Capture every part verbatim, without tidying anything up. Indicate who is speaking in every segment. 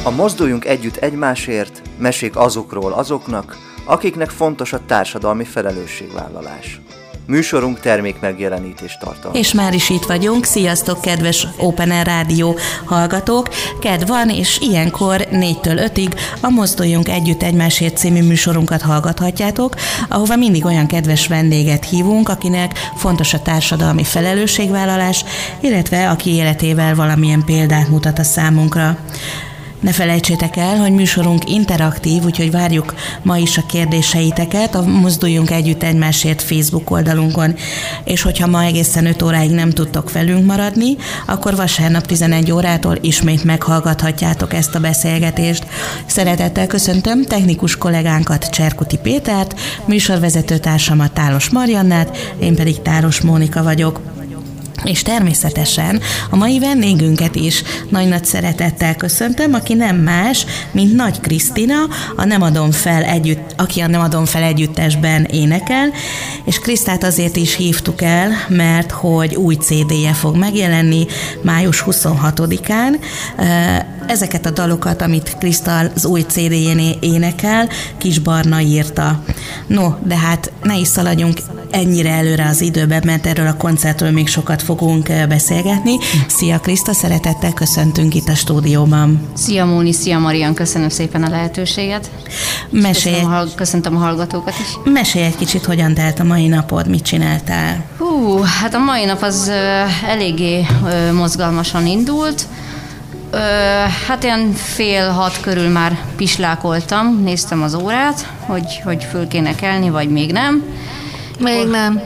Speaker 1: A Mozduljunk együtt egymásért, mesék azokról azoknak, akiknek fontos a társadalmi felelősségvállalás. Műsorunk termék megjelenítést tartalmaz.
Speaker 2: És már is itt vagyunk. Sziasztok, kedves Open Air Rádió hallgatók! Kedv van, és ilyenkor négytől ötig a Mozduljunk együtt egymásért című műsorunkat hallgathatjátok, ahova mindig olyan kedves vendéget hívunk, akinek fontos a társadalmi felelősségvállalás, illetve aki életével valamilyen példát mutat a számunkra. Ne felejtsétek el, hogy műsorunk interaktív, úgyhogy várjuk ma is a kérdéseiteket a Mozduljunk együtt egymásért Facebook oldalunkon. És hogyha ma egészen öt óráig nem tudtok velünk maradni, akkor vasárnap tizenegy órától ismét meghallgathatjátok ezt a beszélgetést. Szeretettel köszöntöm technikus kollégánkat, Cserkuti Pétert, műsorvezető társamat, Tálos Mariannát, én pedig Tálos Mónika vagyok. És természetesen a mai vendégünket is nagy-nagy szeretettel köszöntöm, aki nem más, mint Nagy Krisztina, a Nem adom fel együtt, aki a Nem adom fel együttesben énekel, és Krisztát azért is hívtuk el, mert hogy új cé dé-je fog megjelenni május huszonhatodikán. Ezeket a dalokat, amit Kriszta az új cé dé-jén énekel, Kis Barna írta. No, de hát ne is szaladjunk ennyire előre az időben, mert erről a koncertről még sokat fogunk beszélgetni. Szia Kriszta, szeretettel köszöntünk itt a stúdióban.
Speaker 3: Szia Móni, szia Marian, köszönöm szépen a lehetőséget.
Speaker 2: Mesélj,
Speaker 3: köszönöm, a, köszöntöm a hallgatókat is.
Speaker 2: Mesélj egy kicsit, hogyan telt a mai napod, mit csináltál?
Speaker 3: Hú, hát a mai nap az uh, eléggé uh, mozgalmasan indult. Uh, hát ilyen fél hat körül már pislákoltam, néztem az órát, hogy, hogy föl kéne kelni, vagy még nem.
Speaker 4: Még nem.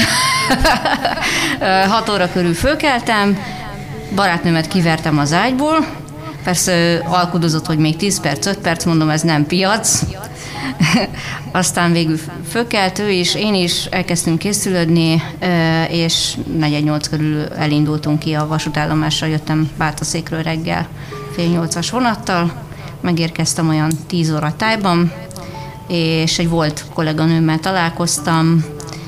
Speaker 3: Hat óra körül fölkeltem, barátnőmet kivertem az ágyból, persze alkudozott, hogy még tíz perc, öt perc, mondom, ez nem piac. Aztán végül fölkelt ő is, én is elkezdtünk készülődni, és negyven nyolc körül elindultunk ki a vasútállomásra, jöttem Bátaszékről reggel fél nyolcas vonattal, megérkeztem olyan tíz óra tájban, és egy volt kolléganőmmel találkoztam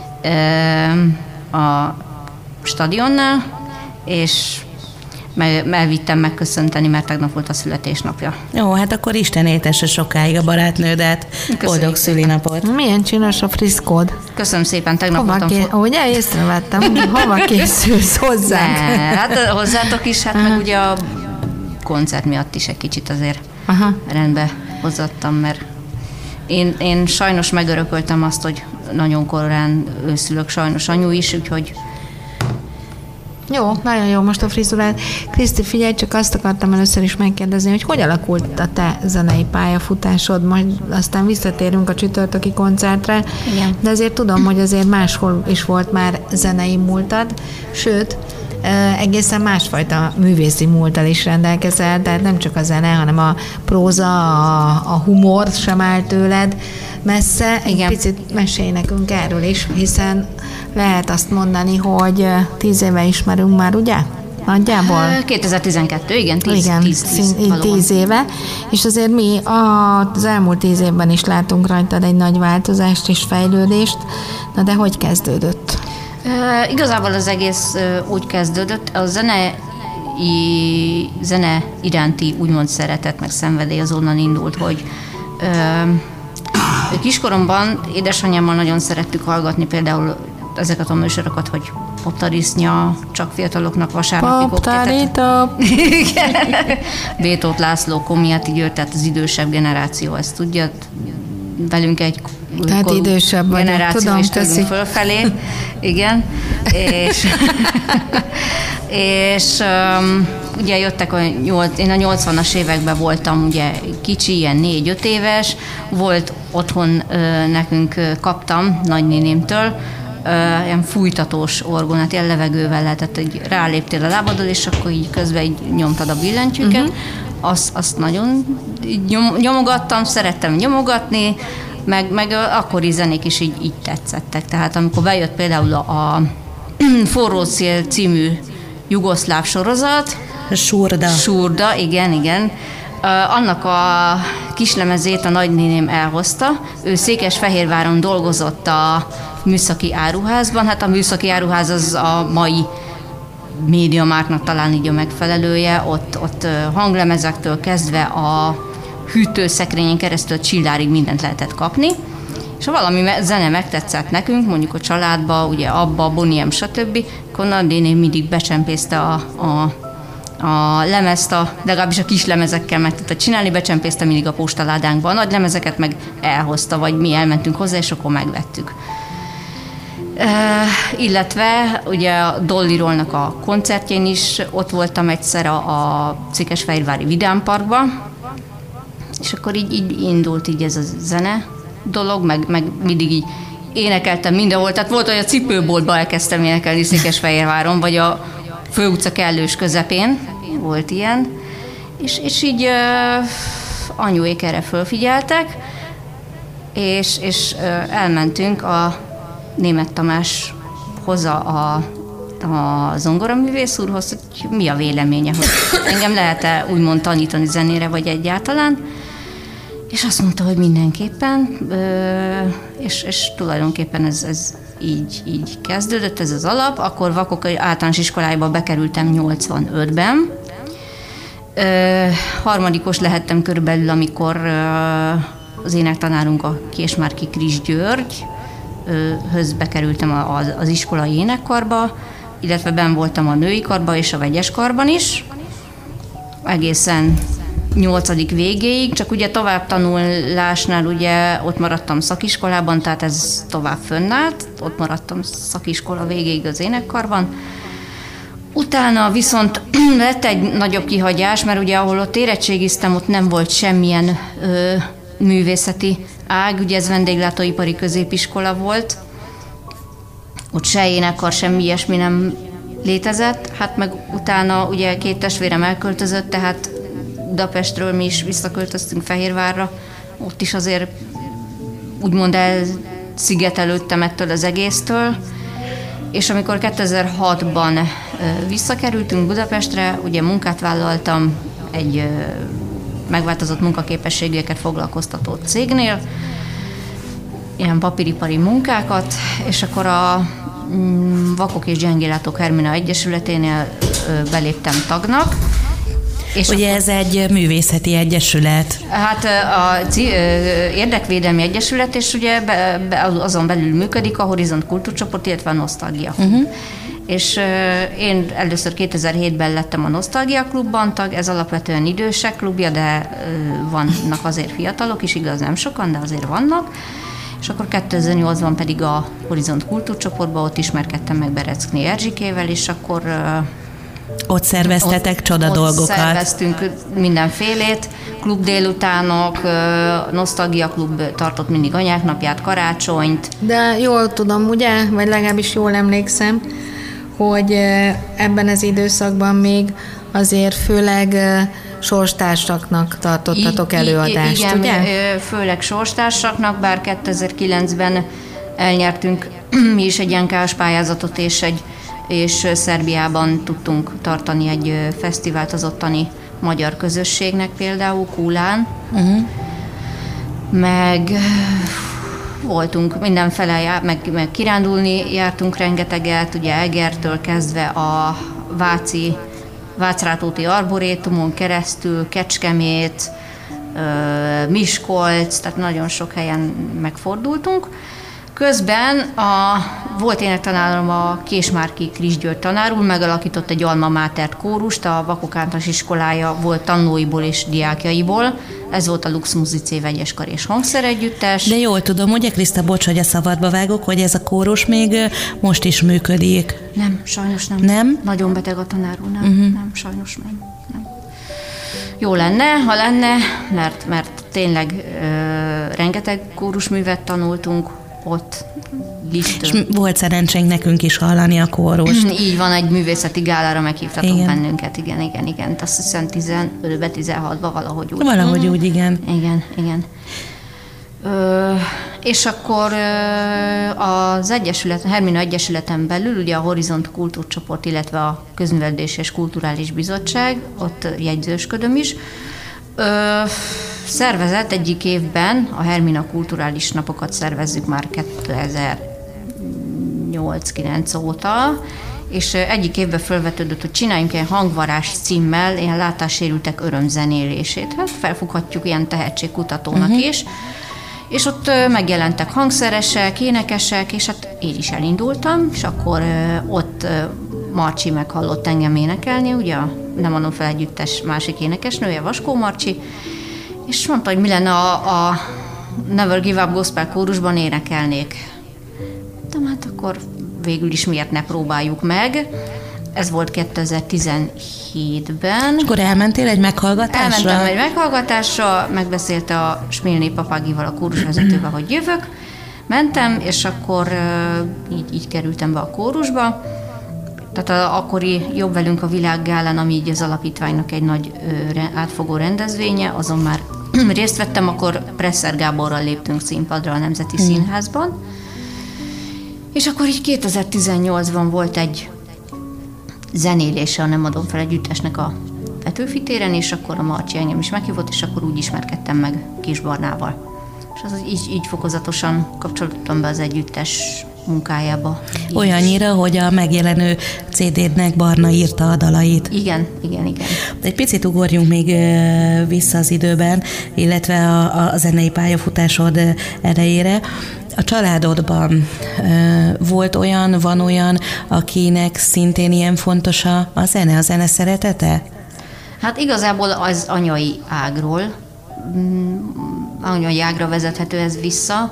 Speaker 3: a stadionnál, és elvittem megköszönteni, mert tegnap volt a születésnapja.
Speaker 2: Jó, hát akkor Isten éltesse sokáig a barátnődet. Boldog szülinapot.
Speaker 4: Milyen csinos a friszkód?
Speaker 3: Köszönöm szépen, tegnap
Speaker 4: hova
Speaker 3: voltam.
Speaker 4: Ké... Ugye, észrevettem, hova készülsz hozzánk?
Speaker 3: Ne, hát hozzátok is, hát Aha. meg ugye a koncert miatt is egy kicsit azért Aha. rendbe hozattam, mert Én, én sajnos megörököltem azt, hogy nagyon korán őszülök, sajnos anyu is, úgyhogy...
Speaker 4: Jó, nagyon jó most a frizurád. Kriszti, figyelj, csak azt akartam először is megkérdezni, hogy hogy alakult a te zenei pályafutásod, majd aztán visszatérünk a csütörtöki koncertre,
Speaker 3: Igen.
Speaker 4: De azért tudom, hogy azért máshol is volt már zenei múltad, sőt, egészen másfajta művészi múlttal is rendelkezel, tehát nem csak a zene, hanem a próza, a, a humor sem áll tőled messze. Egy
Speaker 3: Igen.
Speaker 4: picit mesélj nekünk erről is, hiszen lehet azt mondani, hogy tíz éve ismerünk már, ugye? Nagyjából?
Speaker 3: kétezer-tizenkettő, igen, tíz,
Speaker 4: igen,
Speaker 3: tíz, tíz,
Speaker 4: tíz éve, és azért mi az elmúlt tíz évben is látunk rajtad egy nagy változást és fejlődést, na de hogy kezdődött?
Speaker 3: Uh, igazából az egész uh, úgy kezdődött, a zene, i, zene iránti úgymond szeretet meg szenvedély az onnan indult, hogy uh, kiskoromban édesanyámmal nagyon szerettük hallgatni például ezeket a műsorokat, hogy Poptarisznya, csak fiataloknak vasárnapi
Speaker 4: Poptaritop.
Speaker 3: Igen. Bétót László, Komiati György, tehát az idősebb generáció ezt tudja, velünk egy
Speaker 4: tehát idősebb
Speaker 3: generáció
Speaker 4: tudom,
Speaker 3: is tőlünk fölfelé. Igen. És, és um, ugye jöttek a nyolc, én a nyolcvanas években voltam ugye kicsi, ilyen négy-öt éves, volt otthon uh, nekünk uh, kaptam nagynénémtől, uh, ilyen fújtatós orgonát, ilyen levegővel lehetett, hogy ráléptél a lábadon, és akkor így közben így nyomtad a billentyűket. Uh-huh. Azt, azt nagyon nyom, nyomogattam, szerettem nyomogatni, meg, meg akkori zenék is így, így tetszettek. Tehát amikor bejött például a, a Forró Szél című jugoszláv sorozat.
Speaker 2: Surda.
Speaker 3: Surda, igen, igen. Uh, annak a kislemezét a nagynéném elhozta. Ő Székesfehérváron dolgozott a műszaki áruházban. Hát a műszaki áruház az a mai médiamárknak talán így a megfelelője, ott, ott hanglemezektől kezdve a hűtőszekrényen keresztül Csillárig mindent lehetett kapni, és ha valami zene megtetszett nekünk, mondjuk a családba, ugye Abba, Boniem, stb., akkor Nadéné mindig becsempészte a, a, a lemezt, a, legalábbis a kis lemezekkel meg tudta csinálni, becsempészte mindig a postaládánkba a nagy lemezeket, meg elhozta, vagy mi elmentünk hozzá, és akkor megvettük. E, illetve ugye a Dolly Rollnak a koncertjén is ott voltam egyszer a, a Székesfehérvári Vidám Parkban, és akkor így, így indult így ez a zene dolog, meg, meg mindig így énekeltem mindenhol, tehát volt, hogy a cipőboltba elkezdtem énekelni Székesfehérváron, vagy a főutca kellős közepén, volt ilyen, és, és így uh, anyuék erre fölfigyeltek, és, és uh, elmentünk a Németh Tamáshoz, a, a, a zongoraművész úrhoz, hogy mi a véleménye, hogy engem lehet-e úgymond tanítani zenére, vagy egyáltalán. És azt mondta, hogy mindenképpen, és, és tulajdonképpen ez, ez így, így kezdődött, ez az alap. Akkor Vakok általános iskolájába bekerültem nyolcvanötben. Harmadikos lehettem körülbelül, amikor az énektanárunk, a Késmárki Kris György, höz bekerültem az, az iskolai énekkarba, illetve benn voltam a női karba és a vegyes karban is. Egészen nyolcadik végéig, csak ugye tovább tanulásnál ugye ott maradtam szakiskolában, tehát ez tovább fönnállt, ott maradtam szakiskola végéig az énekkarban. Utána viszont lett egy nagyobb kihagyás, mert ugye ahol ott érettségiztem, ott nem volt semmilyen ö, művészeti ág, ugye ez vendéglátóipari középiskola volt, ott se énekkar, semmi ilyesmi nem létezett, hát meg utána ugye két testvérem elköltözött, tehát Budapestről mi is visszaköltöztünk Fehérvárra, ott is azért úgymond elszigetelődtem ettől az egésztől, és amikor kétezer-hatban visszakerültünk Budapestre, ugye munkát vállaltam egy megváltozott munkaképességűeket foglalkoztató cégnél, ilyen papíripari munkákat, és akkor a Vakok és Gyengéllátók Hermina Egyesületénél beléptem tagnak.
Speaker 2: És ugye akkor, ez egy művészeti egyesület.
Speaker 3: Hát a Érdekvédelmi Egyesület, és ugye be, be, azon belül működik a Horizont Kultúrcsoport, illetve a Nosztalgia Klub. Uh-huh. És én először kétezer-hétben lettem a Nosztalgia Klubban tag, ez alapvetően idősek klubja, de vannak azért fiatalok is, igaz nem sokan, de azért vannak. És akkor kétezer-nyolcban pedig a Horizont Kultúrcsoportban ott ismerkedtem meg Bereckné Erzsikével, és akkor
Speaker 2: ott szerveztetek
Speaker 3: ott,
Speaker 2: csoda
Speaker 3: ott
Speaker 2: dolgokat.
Speaker 3: Szerveztünk mindenfélét, klub délutánok, Nosztalgia Klub tartott mindig anyák napját, karácsonyt.
Speaker 4: De jól tudom, ugye, vagy legalábbis jól emlékszem, hogy ebben az időszakban még azért főleg sorstársaknak tartottatok előadást,
Speaker 3: igen,
Speaker 4: ugye?
Speaker 3: Igen, főleg sorstársaknak, bár kétezer-kilencben elnyertünk mi is egy en ká es pályázatot, és egy és Szerbiában tudtunk tartani egy fesztivált az ottani magyar közösségnek, például Kúlán. Uh-huh. Meg voltunk mindenfele, meg, meg kirándulni jártunk rengeteget, ugye Egertől kezdve a Váci, Vácrátóti Arborétumon keresztül, Kecskemét, Miskolc, tehát nagyon sok helyen megfordultunk. Közben a, volt énektanárom a Késmárki Kris György tanár úr, megalakított egy alma mater kórust, a Vakok általános iskolája volt tanulóiból és diákjaiból. Ez volt a Lux Musicé vegyeskar és hangszeregyüttes.
Speaker 2: De jól tudom, ugye Kriszta, bocs, hogy a szabadba vágok, hogy ez a kórus még most is működik.
Speaker 3: Nem, sajnos nem.
Speaker 2: Nem?
Speaker 3: Nagyon beteg a tanár úr, nem, uh-huh. nem, sajnos nem. nem. Jó lenne, ha lenne, mert, mert tényleg ö, rengeteg kórusművet tanultunk, ott
Speaker 2: és volt szerencsénk nekünk is hallani a kórust.
Speaker 3: Így van, egy művészeti gálára meghívtatok igen. bennünket, igen, igen, igen. Azt hiszem tizenötben, tizenhatban valahogy úgy.
Speaker 2: Valahogy mm-hmm. úgy, igen.
Speaker 3: Igen, igen. Ö, és akkor ö, az Egyesület, a Hermina Egyesületen belül, ugye a Horizont Kultúrcsoport, illetve a Közművelődési és Kulturális Bizottság, ott jegyzősködöm is, Ö, szervezett egyik évben, a Hermina kulturális napokat szervezzük már kétezer-nyolc-kilenc óta, és egyik évben felvetődött, hogy csináljunk ilyen hangvarás címmel, ilyen látássérültek örömzenélését. Hát felfoghatjuk ilyen tehetségkutatónak uh-huh. is. És ott megjelentek hangszeresek, énekesek, és hát én is elindultam, és akkor ott Marcsi meghallott engem énekelni, ugye a Nem Adom Fel Együttes másik énekesnője, Vaskó Marcsi, és mondta, hogy mi lenne a, a Never Give Up Gospel kórusban énekelnék. De hát akkor végül is miért ne próbáljuk meg. Ez volt kétezer-tizenhétben.
Speaker 2: És akkor elmentél egy meghallgatásra?
Speaker 3: Elmentem egy meghallgatásra, megbeszélte a Smilny Papágival, a kórusvezetővel, hogy jövök. Mentem, és akkor így, így kerültem be a kórusba. Tehát az akkori Jobb velünk a világgálán, ami így az alapítványnak egy nagy átfogó rendezvénye, azon már részt vettem, akkor Presser Gáborral léptünk színpadra a Nemzeti mm. Színházban. És akkor így kétezer-tizennyolcban volt egy zenélése a Nem Adom Fel Együttesnek a Petőfi téren, és akkor a Marcsi engem is meghívott, és akkor úgy ismerkedtem meg Kis Barnával. És az így, így fokozatosan kapcsolódtam be az együttes munkájába.
Speaker 2: Olyannyira, hogy a megjelenő cé dé-nek Barna írta a dalait.
Speaker 3: Igen, igen, igen.
Speaker 2: Egy picit ugorjunk még vissza az időben, illetve a, a zenei pályafutásod elejére. A családodban volt olyan, van olyan, akinek szintén ilyen fontos a, a zene, a zene szeretete?
Speaker 3: Hát igazából az anyai ágról, anyai ágra vezethető ez vissza.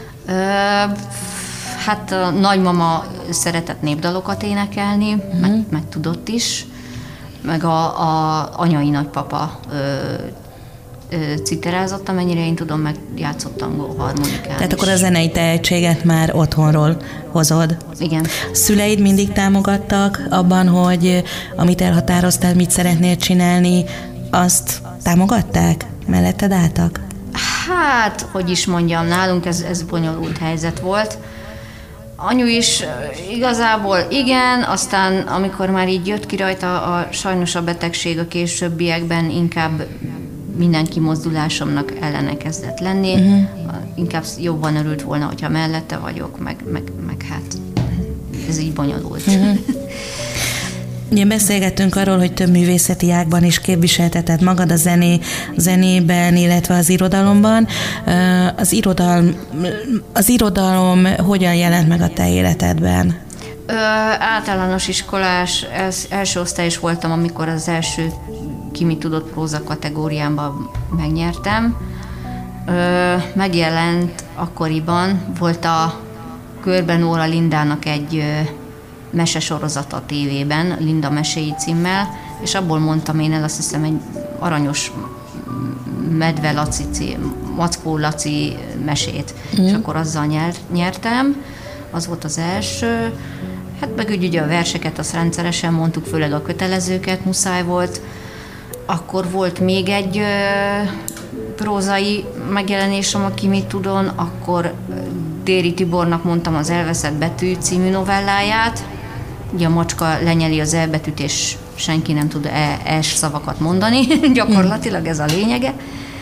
Speaker 3: Hát a nagymama szeretett népdalokat énekelni, mm. meg, meg tudott is, meg a, a anyai nagypapa ö, ö, citerázott, amennyire én tudom, meg játszott angol harmonikán.
Speaker 2: Tehát is. Akkor a zenei tehetséget már otthonról hozod.
Speaker 3: Igen.
Speaker 2: Szüleid mindig támogattak abban, hogy amit elhatároztál, mit szeretnél csinálni, azt támogatták? Melletted álltak?
Speaker 3: Hát, hogy is mondjam, nálunk ez, ez bonyolult helyzet volt. Anyu is igazából igen, aztán amikor már így jött ki rajta a, sajnos a betegség a későbbiekben, inkább minden kimozdulásomnak ellene kezdett lenni. Uh-huh. Inkább jobban örült volna, hogyha mellette vagyok, meg, meg, meg hát ez így bonyolult. Uh-huh.
Speaker 2: Ugye beszélgettünk arról, hogy több művészeti ágban is képviselteted magad a zené, zenében, illetve az irodalomban. Az irodalom, az irodalom hogyan jelent meg a te életedben?
Speaker 3: Ö, általános iskolás, ez, első osztályos voltam, amikor az első Ki mit tudott próza kategóriámban megnyertem. Ö, megjelent akkoriban, volt a Körben Nóra Lindának egy mesesorozat a tévében, Linda meséi címmel, és abból mondtam én el azt hiszem egy aranyos Medve Laci, Mackó Laci mesét, mm. és akkor azzal nyer, nyertem, az volt az első. Hát meg úgy ugye a verseket azt rendszeresen mondtuk, főleg a kötelezőket, muszáj volt. Akkor volt még egy ö, prózai megjelenésem, aki mit tudon, akkor Déri Tibornak mondtam az Elveszett betű című novelláját. Ugye a macska lenyeli az E betűt, és senki nem tud E-s szavakat mondani. Gyakorlatilag ez a lényege.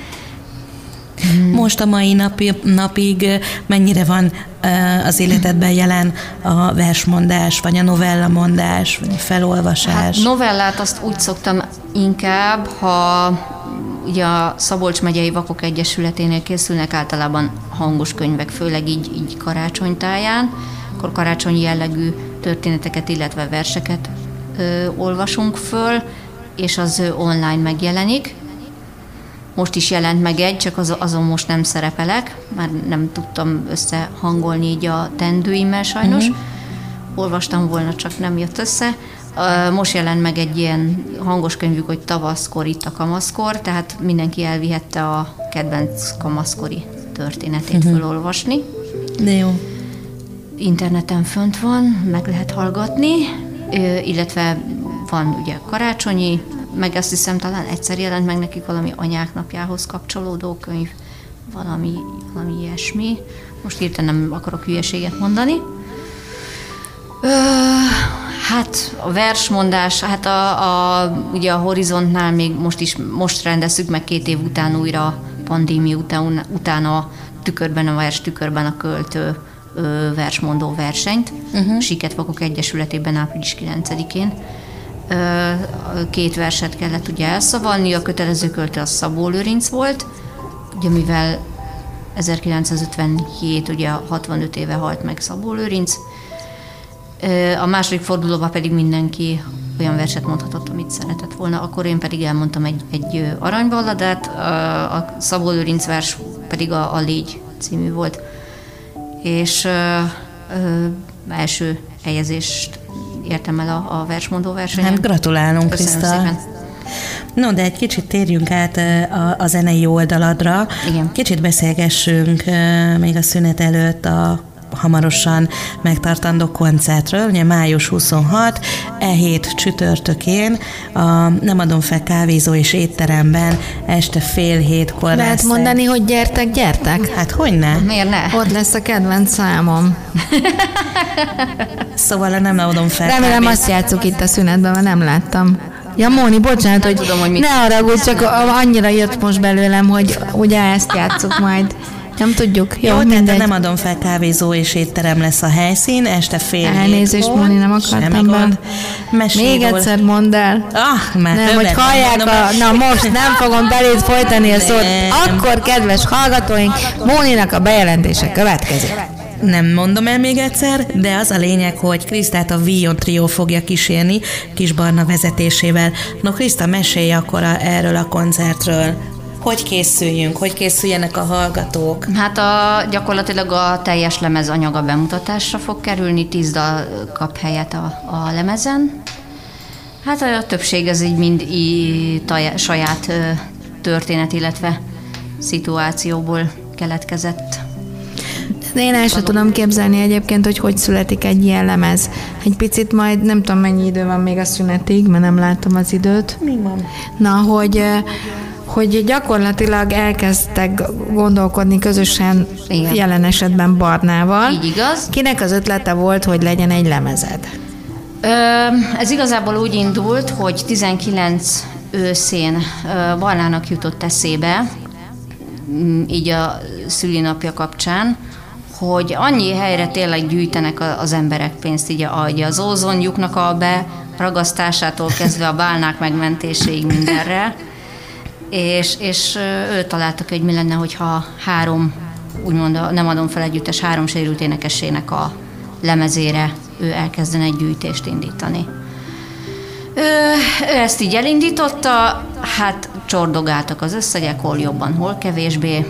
Speaker 2: Most a mai napi, napig mennyire van az életedben jelen a versmondás, vagy a novellamondás, vagy a felolvasás?
Speaker 3: Hát novellát azt úgy szoktam inkább, ha ugye a Szabolcs megyei Vakok Egyesületénél készülnek általában hangos könyvek, főleg így, így karácsonytáján, akkor karácsonyi jellegű történeteket, illetve verseket ö, olvasunk föl, és az ö, online megjelenik. Most is jelent meg egy, csak az, azon most nem szerepelek, már nem tudtam összehangolni így a tendőimmel sajnos. Uh-huh. Olvastam volna, csak nem jött össze. Most jelent meg egy ilyen hangos könyvük, hogy Tavaszkor itt a kamaszkor, tehát mindenki elvihette a kedvenc kamaszkori történetét uh-huh. felolvasni.
Speaker 2: De jó.
Speaker 3: Interneten fönt van, meg lehet hallgatni, illetve van ugye karácsonyi, meg azt hiszem talán egyszer jelent meg nekik valami anyák napjához kapcsolódó könyv, valami, valami ilyesmi. Hirtelen nem akarok hülyeséget mondani. Ö, hát a versmondás, hát a, a, ugye a Horizontnál még most is, most rendezzük meg két év után újra, pandémia után, után a tükörben a vers, tükörben a költő ö, versmondó versenyt, uh-huh. Siket-Vakok Egyesületében április kilencedikén. Ö, két verset kellett ugye elszavalni, a kötelező költő a Szabó Lőrinc volt, ugye mivel ezerkilencszázötvenhét, ugye hatvanöt éve halt meg Szabó Lőrinc. Ö, a második fordulóban pedig mindenki olyan verset mondhatott, amit szeretett volna, akkor én pedig elmondtam egy, egy aranyballadát, a Szabó Lőrinc vers pedig a, a Légy című volt. És ö, ö, első helyezést értem el a, a versmondó versenyen.
Speaker 2: Hát gratulálunk,
Speaker 3: Köszönöm
Speaker 2: Kriszta.
Speaker 3: szépen.
Speaker 2: No, de egy kicsit térjünk át a, a zenei oldaladra.
Speaker 3: Igen.
Speaker 2: Kicsit beszélgessünk még a szünet előtt a hamarosan megtartandó koncertről, ugye május huszonhatodika, e hét csütörtökén a Nem adom fel kávézó és étteremben este fél hétkor
Speaker 4: Lehet
Speaker 2: lesz.
Speaker 4: mondani, hogy gyertek, gyertek?
Speaker 2: Hát hogyne?
Speaker 3: Miért ne?
Speaker 4: Ott lesz a kedvenc számom.
Speaker 2: Szóval a Nem adom fel
Speaker 4: Remélem
Speaker 2: kávézó.
Speaker 4: azt játszuk itt a szünetben, mert nem láttam. Ja, Móni, bocsánat, hogy,
Speaker 3: tudom, hogy mit-
Speaker 4: ne haragudj, csak annyira jött most belőlem, hogy ugye ezt játszuk majd. Nem tudjuk. Jó,
Speaker 2: Jó, tehát
Speaker 4: mindegy.
Speaker 2: Nem adom fel kávézó és étterem lesz a helyszín, este fél
Speaker 4: Elnézést,
Speaker 2: hétkor.
Speaker 4: Móni, nem akartam
Speaker 2: Semmi
Speaker 4: be.
Speaker 2: gond. Mesél
Speaker 4: Még
Speaker 2: róla.
Speaker 4: egyszer mondd el.
Speaker 2: Ah, már
Speaker 4: Nem,
Speaker 2: többet
Speaker 4: hogy hallják
Speaker 2: mondom.
Speaker 4: a... Na most nem fogom beléd folytani a szót.
Speaker 2: Nem.
Speaker 4: Akkor, kedves hallgatóink, Móninak a bejelentése következik.
Speaker 2: Nem mondom el még egyszer, de az a lényeg, hogy Krisztát a Vion Trio fogja kísérni Kis Barna vezetésével. No, Kriszta, mesélj akkor a, erről a koncertről. Hogy készüljünk, hogy készüljenek a hallgatók?
Speaker 3: Hát a, gyakorlatilag a teljes lemez anyaga bemutatásra fog kerülni, tíz dal kap helyet a, a lemezen. Hát a többség ez így mind í, taj, saját ö, történet, illetve szituációból keletkezett.
Speaker 4: De én el sem tudom képzelni egyébként, hogy hogy születik egy ilyen lemez. Egy picit majd, nem tudom mennyi idő van még a szünetig, mert nem látom az időt.
Speaker 2: Mi van?
Speaker 4: Na, hogy, hogy gyakorlatilag elkezdtek gondolkodni közösen,
Speaker 3: Igen.
Speaker 4: jelen esetben Barnával.
Speaker 3: Így igaz.
Speaker 4: Kinek az ötlete volt, hogy legyen egy lemezed?
Speaker 3: Ö, ez igazából úgy indult, hogy tizenkilenc őszén ö, Barnának jutott eszébe, m, így a szülinapja kapcsán, hogy annyi helyre tényleg gyűjtenek a- az emberek pénzt, így a, így az ózonjuknak a beragasztásától kezdve a bálnák megmentéséig mindenre, és, és ö, ő találtak, hogy mi lenne, hogyha három, úgymond a Nem adom fel együttes három sérült énekesének a lemezére ő elkezdene egy gyűjtést indítani. Ő, ő ezt így elindította, hát csordogáltak az összegek, hol jobban, hol kevésbé,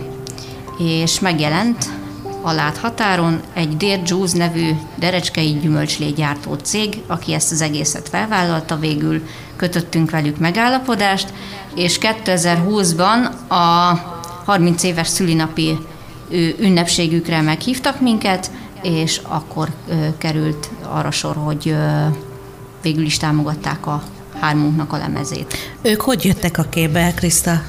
Speaker 3: és megjelent a láthatáron egy Dear Juice nevű derecskei gyümölcslégyártó cég, aki ezt az egészet felvállalta, végül kötöttünk velük megállapodást, és kétezer-húszban a harminc éves szülinapi ő, ünnepségükre meghívtak minket, és akkor ö, került arra sor, hogy ö, végül is támogatták a hármunknak a lemezét.
Speaker 2: Ők hogy jöttek a képbe, Kriszta?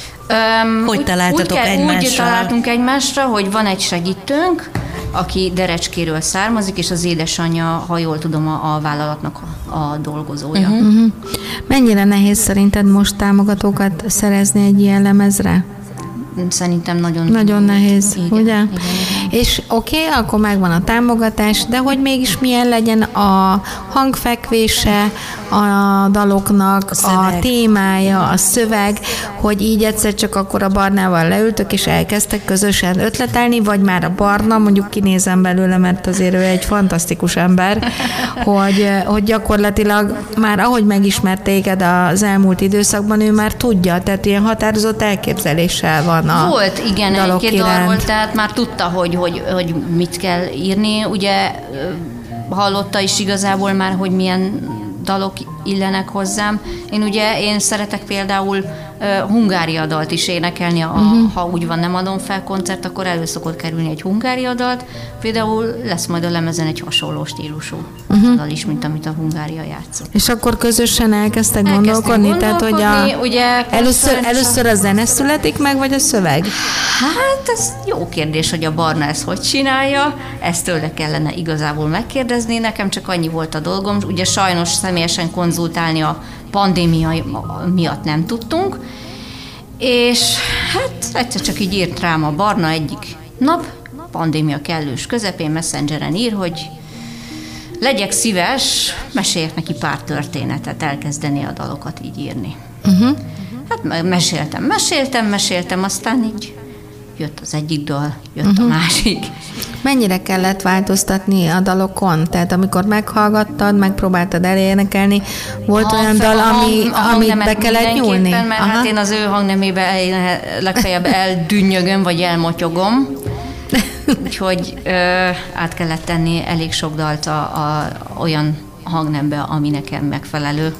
Speaker 3: Öm,
Speaker 2: Hogy
Speaker 3: úgy-
Speaker 2: találtatok
Speaker 3: úgy, kell-
Speaker 2: egymásra?
Speaker 3: Úgy találtunk egymásra, hogy van egy segítőnk, aki Derecskéről származik, és az édesanyja, ha jól tudom, a, a vállalatnak a, a dolgozója. Uh-huh.
Speaker 4: Uh-huh. Mennyire nehéz szerinted most támogatókat szerezni egy ilyen lemezre?
Speaker 3: Szerintem nagyon...
Speaker 4: Nagyon nehéz,
Speaker 3: igen,
Speaker 4: ugye?
Speaker 3: Igen, igen.
Speaker 4: És oké, okay, akkor megvan a támogatás, de hogy mégis milyen legyen a hangfekvése a daloknak,
Speaker 2: A szöveg.
Speaker 4: a témája, a szöveg, hogy így egyszer csak akkor a Barnával leültök, és elkezdtek közösen ötletelni, vagy már a Barna, mondjuk kinézem belőle, mert azért ő egy fantasztikus ember, hogy, hogy gyakorlatilag már ahogy megismert téged az elmúlt időszakban, ő már tudja, tehát ilyen határozott elképzeléssel van a
Speaker 3: Volt, igen,
Speaker 4: dalok
Speaker 3: egy-két dalról,
Speaker 4: iránt.
Speaker 3: tehát már tudta, hogy, hogy, hogy mit kell írni. Ugye ö, hallotta is igazából már, hogy milyen dalok illenek hozzám. Én ugye, én szeretek például uh, Hungária dalt is énekelni, a, uh-huh. ha úgy van, Nem adom fel koncert, akkor elő szokott kerülni egy Hungária dalt. Például lesz majd a lemezen egy hasonló stílusú uh-huh. dal is, mint amit a Hungária játszott.
Speaker 4: És akkor közösen elkezdtek
Speaker 3: Elkezdtünk
Speaker 4: gondolkodni, tehát hogy a,
Speaker 3: gondolkodni, ugye,
Speaker 4: először,
Speaker 3: konferencia-
Speaker 4: először a zene születik meg, vagy a szöveg?
Speaker 3: Hát ez jó kérdés, hogy a Barna ezt hogy csinálja, ezt tőle kellene igazából megkérdezni, nekem csak annyi volt a dolgom, ugye sajnos személyesen konzultálni a pandémia miatt nem tudtunk, és hát egyszer csak így írt rám a Barna egyik nap, pandémia kellős közepén Messengeren ír, hogy legyek szíves, meséljek neki pár történetet, elkezdeni a dalokat így írni. Uh-huh. Hát meséltem, meséltem, meséltem, aztán így jött az egyik dal, jött uh-huh. a másik.
Speaker 4: Mennyire kellett változtatni a dalokon? Tehát amikor meghallgattad, megpróbáltad elénekelni, volt a olyan dal, ami, amit be kellett nyúlni?
Speaker 3: Mert Aha. hát én az ő hangnemébe legfeljebb eldünnyögöm, vagy elmotyogom. Úgyhogy ö, át kellett tenni elég sok dalt a, a, olyan hangnembe, ami nekem megfelelő.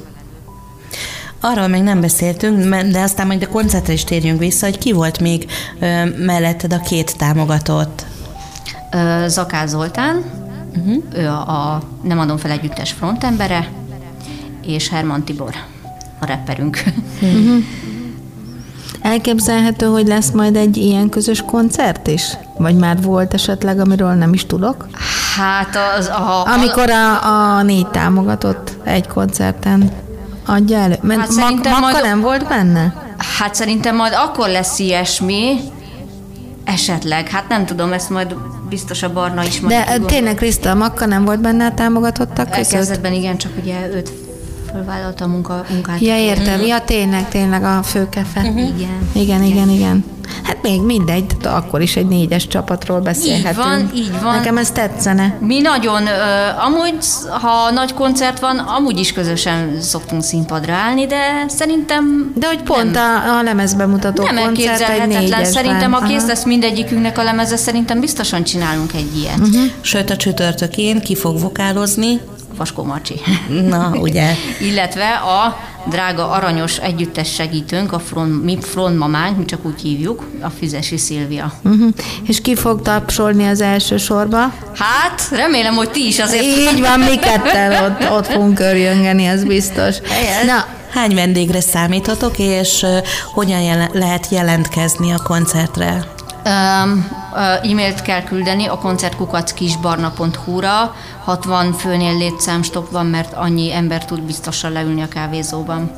Speaker 2: Arról még nem beszéltünk, de aztán majd a koncertre is térjünk vissza, hogy ki volt még ö, melletted a két támogatott?
Speaker 3: Ö, Zakály Zoltán, uh-huh. ő a, a Nem adom fel együttes frontembere, és Herman Tibor, a rapperünk. Uh-huh.
Speaker 4: Elképzelhető, hogy lesz majd egy ilyen közös koncert is? Vagy már volt esetleg, amiről nem is tudok?
Speaker 3: Hát az a...
Speaker 4: Amikor a, a négy támogatott egy koncerten adja elő. Mert hát Mak- Makka majd... nem volt benne?
Speaker 3: Hát szerintem majd akkor lesz ilyesmi, esetleg. Hát nem tudom, ezt majd biztos a Barna is majd...
Speaker 4: De
Speaker 3: tudom.
Speaker 4: Tényleg, Kriszta, Makka nem volt benne a támogatottak között?
Speaker 3: Elkezdetben igen, csak ugye őt fölvállalta a munka, munkát.
Speaker 4: Ja, értem. Uh-huh. Ja, tényleg, tényleg a főkefe. Uh-huh.
Speaker 3: Igen.
Speaker 4: Igen, igen, igen. Hát még mindegy, akkor is egy négyes csapatról beszélhetünk.
Speaker 3: Így van, így van.
Speaker 4: Nekem ez tetszene.
Speaker 3: Mi nagyon, uh, amúgy, ha nagy koncert van, amúgy is közösen szoktunk színpadra állni, de szerintem...
Speaker 4: De hogy pont
Speaker 3: nem,
Speaker 4: a, a lemezbemutató
Speaker 3: nem
Speaker 4: koncert egy négyesben.
Speaker 3: Szerintem, ha kész lesz mindegyikünknek a lemeze, szerintem biztosan csinálunk egy ilyet.
Speaker 2: Uh-huh. Sőt, a csütörtökén ki fog vokálozni?
Speaker 3: Vaskó Marcsi.
Speaker 2: Na, ugye.
Speaker 3: Illetve a drága aranyos együttes segítőnk, a front, mi frontmamánk, mi csak úgy hívjuk, a Füzesi Szilvia.
Speaker 4: Uh-huh. És ki fog tapsolni az első sorba?
Speaker 3: Hát, remélem, hogy ti is azért.
Speaker 4: Így van, mi ketten ott, ott fogunk örjöngeni, az biztos.
Speaker 2: Na, hány vendégre számíthatok, és uh, hogyan jel- lehet jelentkezni a koncertre?
Speaker 3: Um, uh, e-mailt kell küldeni a koncertkukac kisbarna pont hu-ra. hatvan főnél létszámstopp van, mert annyi ember tud biztosan leülni a kávézóban.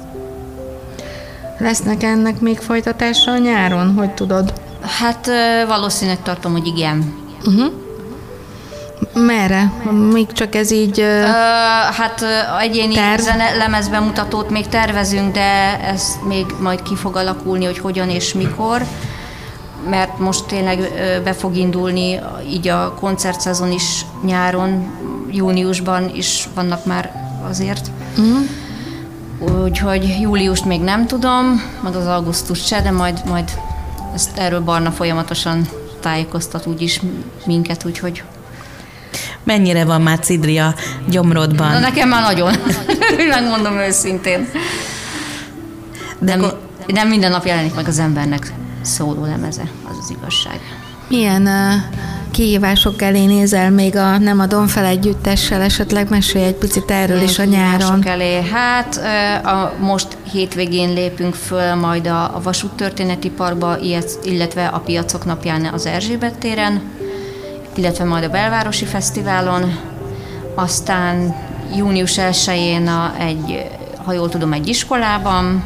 Speaker 4: Lesznek ennek még folytatása a nyáron? Hogy tudod?
Speaker 3: Hát uh, valószínűleg tartom, hogy igen.
Speaker 4: Uh-huh. Merre? Még csak ez így... Uh,
Speaker 3: uh, hát uh, egyéni zene, lemezbemutatót még tervezünk, de ez még majd ki fog alakulni, hogy hogyan és mikor. Mert most tényleg be fog indulni így a koncertszezon is nyáron, júniusban is vannak már azért. Uh-huh. Úgyhogy júliust még nem tudom, meg az augusztus se, de majd, majd ezt erről Barna folyamatosan tájékoztat úgyis minket, úgyhogy...
Speaker 2: Mennyire van már cidri a gyomrodban?
Speaker 3: Na, nekem már nagyon, megmondom őszintén. De nem, nem minden nap jelenik meg az embernek szóló lemeze, az az igazság.
Speaker 4: Milyen uh, kihívások elé nézel még a Nem adom fel együttessel? Esetleg mesélj egy picit erről Milyen is a nyáron.
Speaker 3: Elé? Hát uh, a, most hétvégén lépünk föl majd a, a Vasúttörténeti Parkba, illetve a Piacok napján az Erzsébet téren, illetve majd a Belvárosi Fesztiválon. Aztán június elsején a, egy, ha jól tudom, egy iskolában,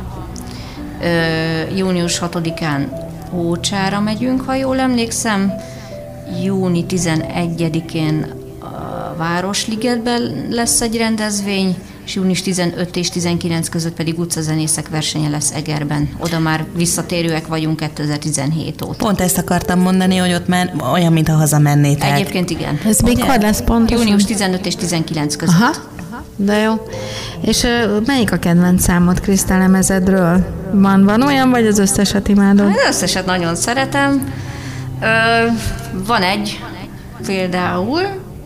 Speaker 3: uh, június hatodikán Ócsára megyünk, ha jól emlékszem. június tizenegyedikén a Városligetben lesz egy rendezvény, és június tizenöt és tizenkilenc között pedig utcazenészek versenye lesz Egerben. Oda már visszatérőek vagyunk kétezer-tizenhét óta.
Speaker 2: Pont ezt akartam mondani, hogy ott már olyan, mintha hazamennétek.
Speaker 3: Egyébként igen.
Speaker 4: Ez még hogy lesz pontosan?
Speaker 3: június tizenöt és tizenkilenc között.
Speaker 4: Aha. De jó. És uh, melyik a kedvenc számod Kriszta lemezedről? Van, van olyan, vagy az összeset imádod?
Speaker 3: Az összeset nagyon szeretem. Ö, van egy, például,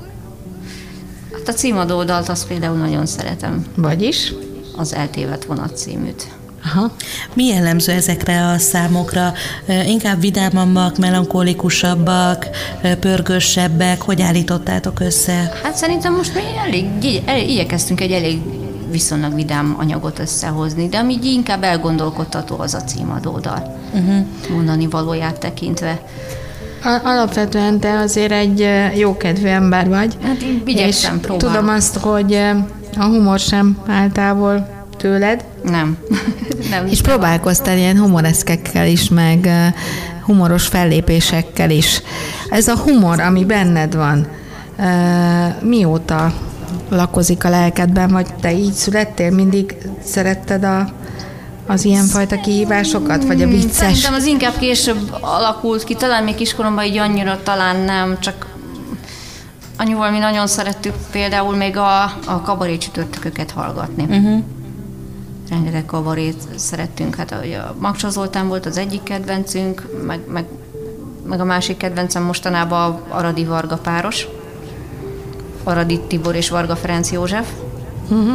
Speaker 3: hát a címadó dalt azt például nagyon szeretem.
Speaker 4: Vagyis?
Speaker 3: Az Eltévedt vonat címűt.
Speaker 4: Aha.
Speaker 2: Mi jellemző ezekre a számokra? Inkább vidámabbak, melankólikusabbak, pörgősebbek? Hogy állítottátok össze?
Speaker 3: Hát szerintem most mi elég, elég igyekeztünk egy elég viszonylag vidám anyagot összehozni, de ami inkább elgondolkodtató az a címadódal, uh-huh. mondani valóját tekintve.
Speaker 4: Alapvetően te azért egy jókedvű ember vagy.
Speaker 3: Hát igyekszem,
Speaker 4: és
Speaker 3: próbálom.
Speaker 4: Tudom azt, hogy a humor sem áll távol tőled.
Speaker 3: Nem. nem.
Speaker 4: És próbálkoztál ilyen humoreszkekkel is, meg humoros fellépésekkel is. ez a humor, ami benned van, mióta lakozik a lelkedben, vagy te így születtél, mindig szeretted a, az ilyenfajta kihívásokat, vagy a vicces?
Speaker 3: Szerintem az inkább később alakult ki, talán még kiskoromban így annyira talán nem, csak anyuval mi nagyon szerettük például még a, a kabaré csütörtököket hallgatni. Uh-huh. Rengeteg kabarét szerettünk, hát a Maksa Zoltán volt az egyik kedvencünk, meg, meg, meg a másik kedvencem mostanában a Aradi Varga páros. Aradi Tibor és Varga Ferenc József. Uh-huh.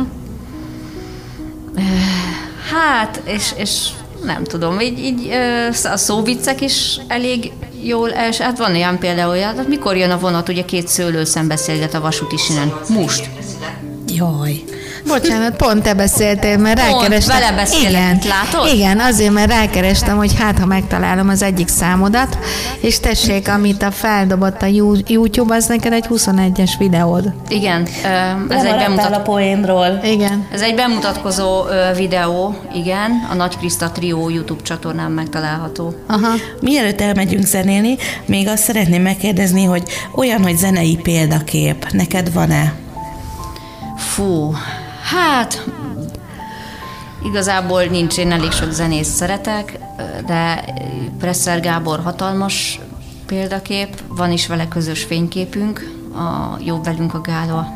Speaker 3: Hát, és, és nem tudom, így, így a szóviccek is elég jól els. Hát van olyan például, hát mikor jön a vonat, ugye két szőlőszem beszélget a vasúti sínen. Most.
Speaker 2: Jaj.
Speaker 4: Bocsánat, pont te beszéltél, mert rákerestem.
Speaker 3: Vele beszélek, látod?
Speaker 4: Igen, azért, mert rákerestem, hogy hát, ha megtalálom az egyik számodat, és tessék, amit a feldobott a YouTube, az neked egy huszonegyes videód.
Speaker 3: Igen, ez egy bemutat...
Speaker 2: a poénról.
Speaker 4: Igen.
Speaker 3: Ez egy bemutatkozó videó, igen, a Nagy Kriszta Trió YouTube csatornán megtalálható.
Speaker 4: Aha.
Speaker 2: Mielőtt elmegyünk zenélni, még azt szeretném megkérdezni, hogy olyan, hogy zenei példakép, neked van-e?
Speaker 3: Fú, hát igazából nincs, én elég sok zenészt szeretek, de Presser Gábor hatalmas példakép, van is vele közös fényképünk, a Jobb velünk a gála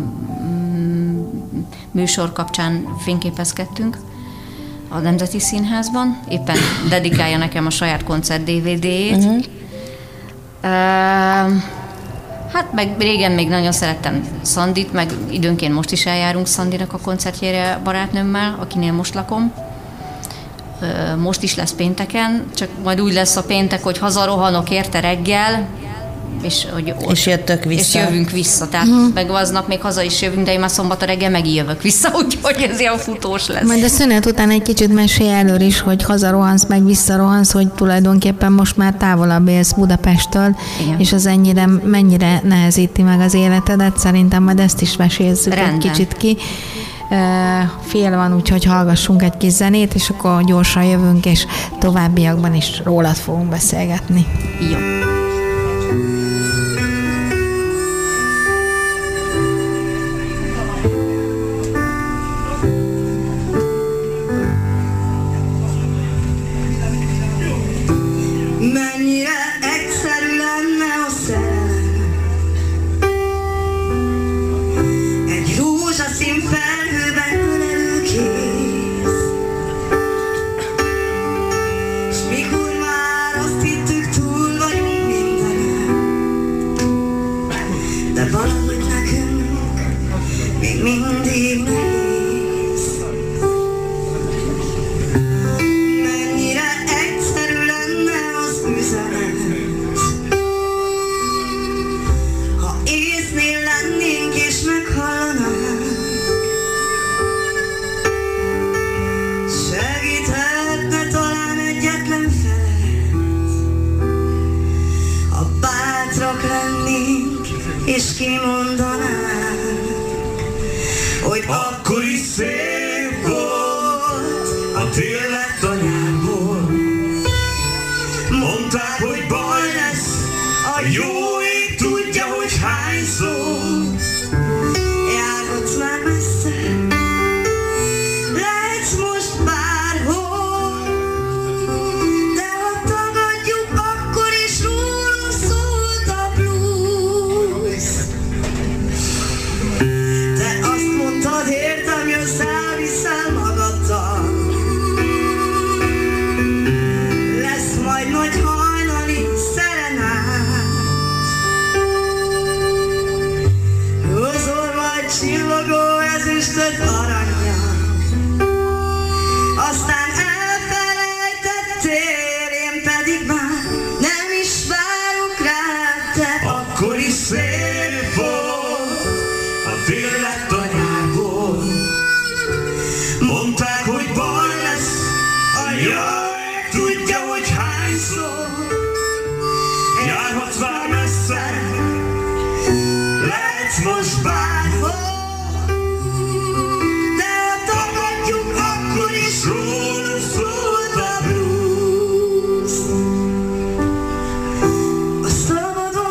Speaker 3: műsor kapcsán fényképezkedtünk a Nemzeti Színházban, éppen dedikálja nekem a saját koncert dé vé dé-jét. Uh-huh. Uh, Hát meg régen még nagyon szerettem Szandit, meg időnként most is eljárunk Szandinak a koncertjére barátnőmmel, akinél most lakom. Most is lesz pénteken, csak majd úgy lesz a péntek, hogy hazarohanok érte reggel, és, hogy ott,
Speaker 2: és jöttök vissza.
Speaker 3: És jövünk vissza, tehát uh-huh. meg aznap még haza is jövünk, de én már szombat a reggel megjövök vissza, úgyhogy ez ilyen futós lesz.
Speaker 4: Majd a szünet után egy kicsit mesélj előre is, hogy hazarohansz, meg visszarohansz, hogy tulajdonképpen most már távolabb élsz Budapesttől, igen. És az ennyire, mennyire nehezíti meg az életedet, szerintem majd ezt is mesézzük egy kicsit ki. Fél van, úgyhogy hallgassunk egy kis zenét, és akkor gyorsan jövünk, és továbbiakban is rólad fogunk beszélgetni.
Speaker 3: Jó.
Speaker 5: Szabadon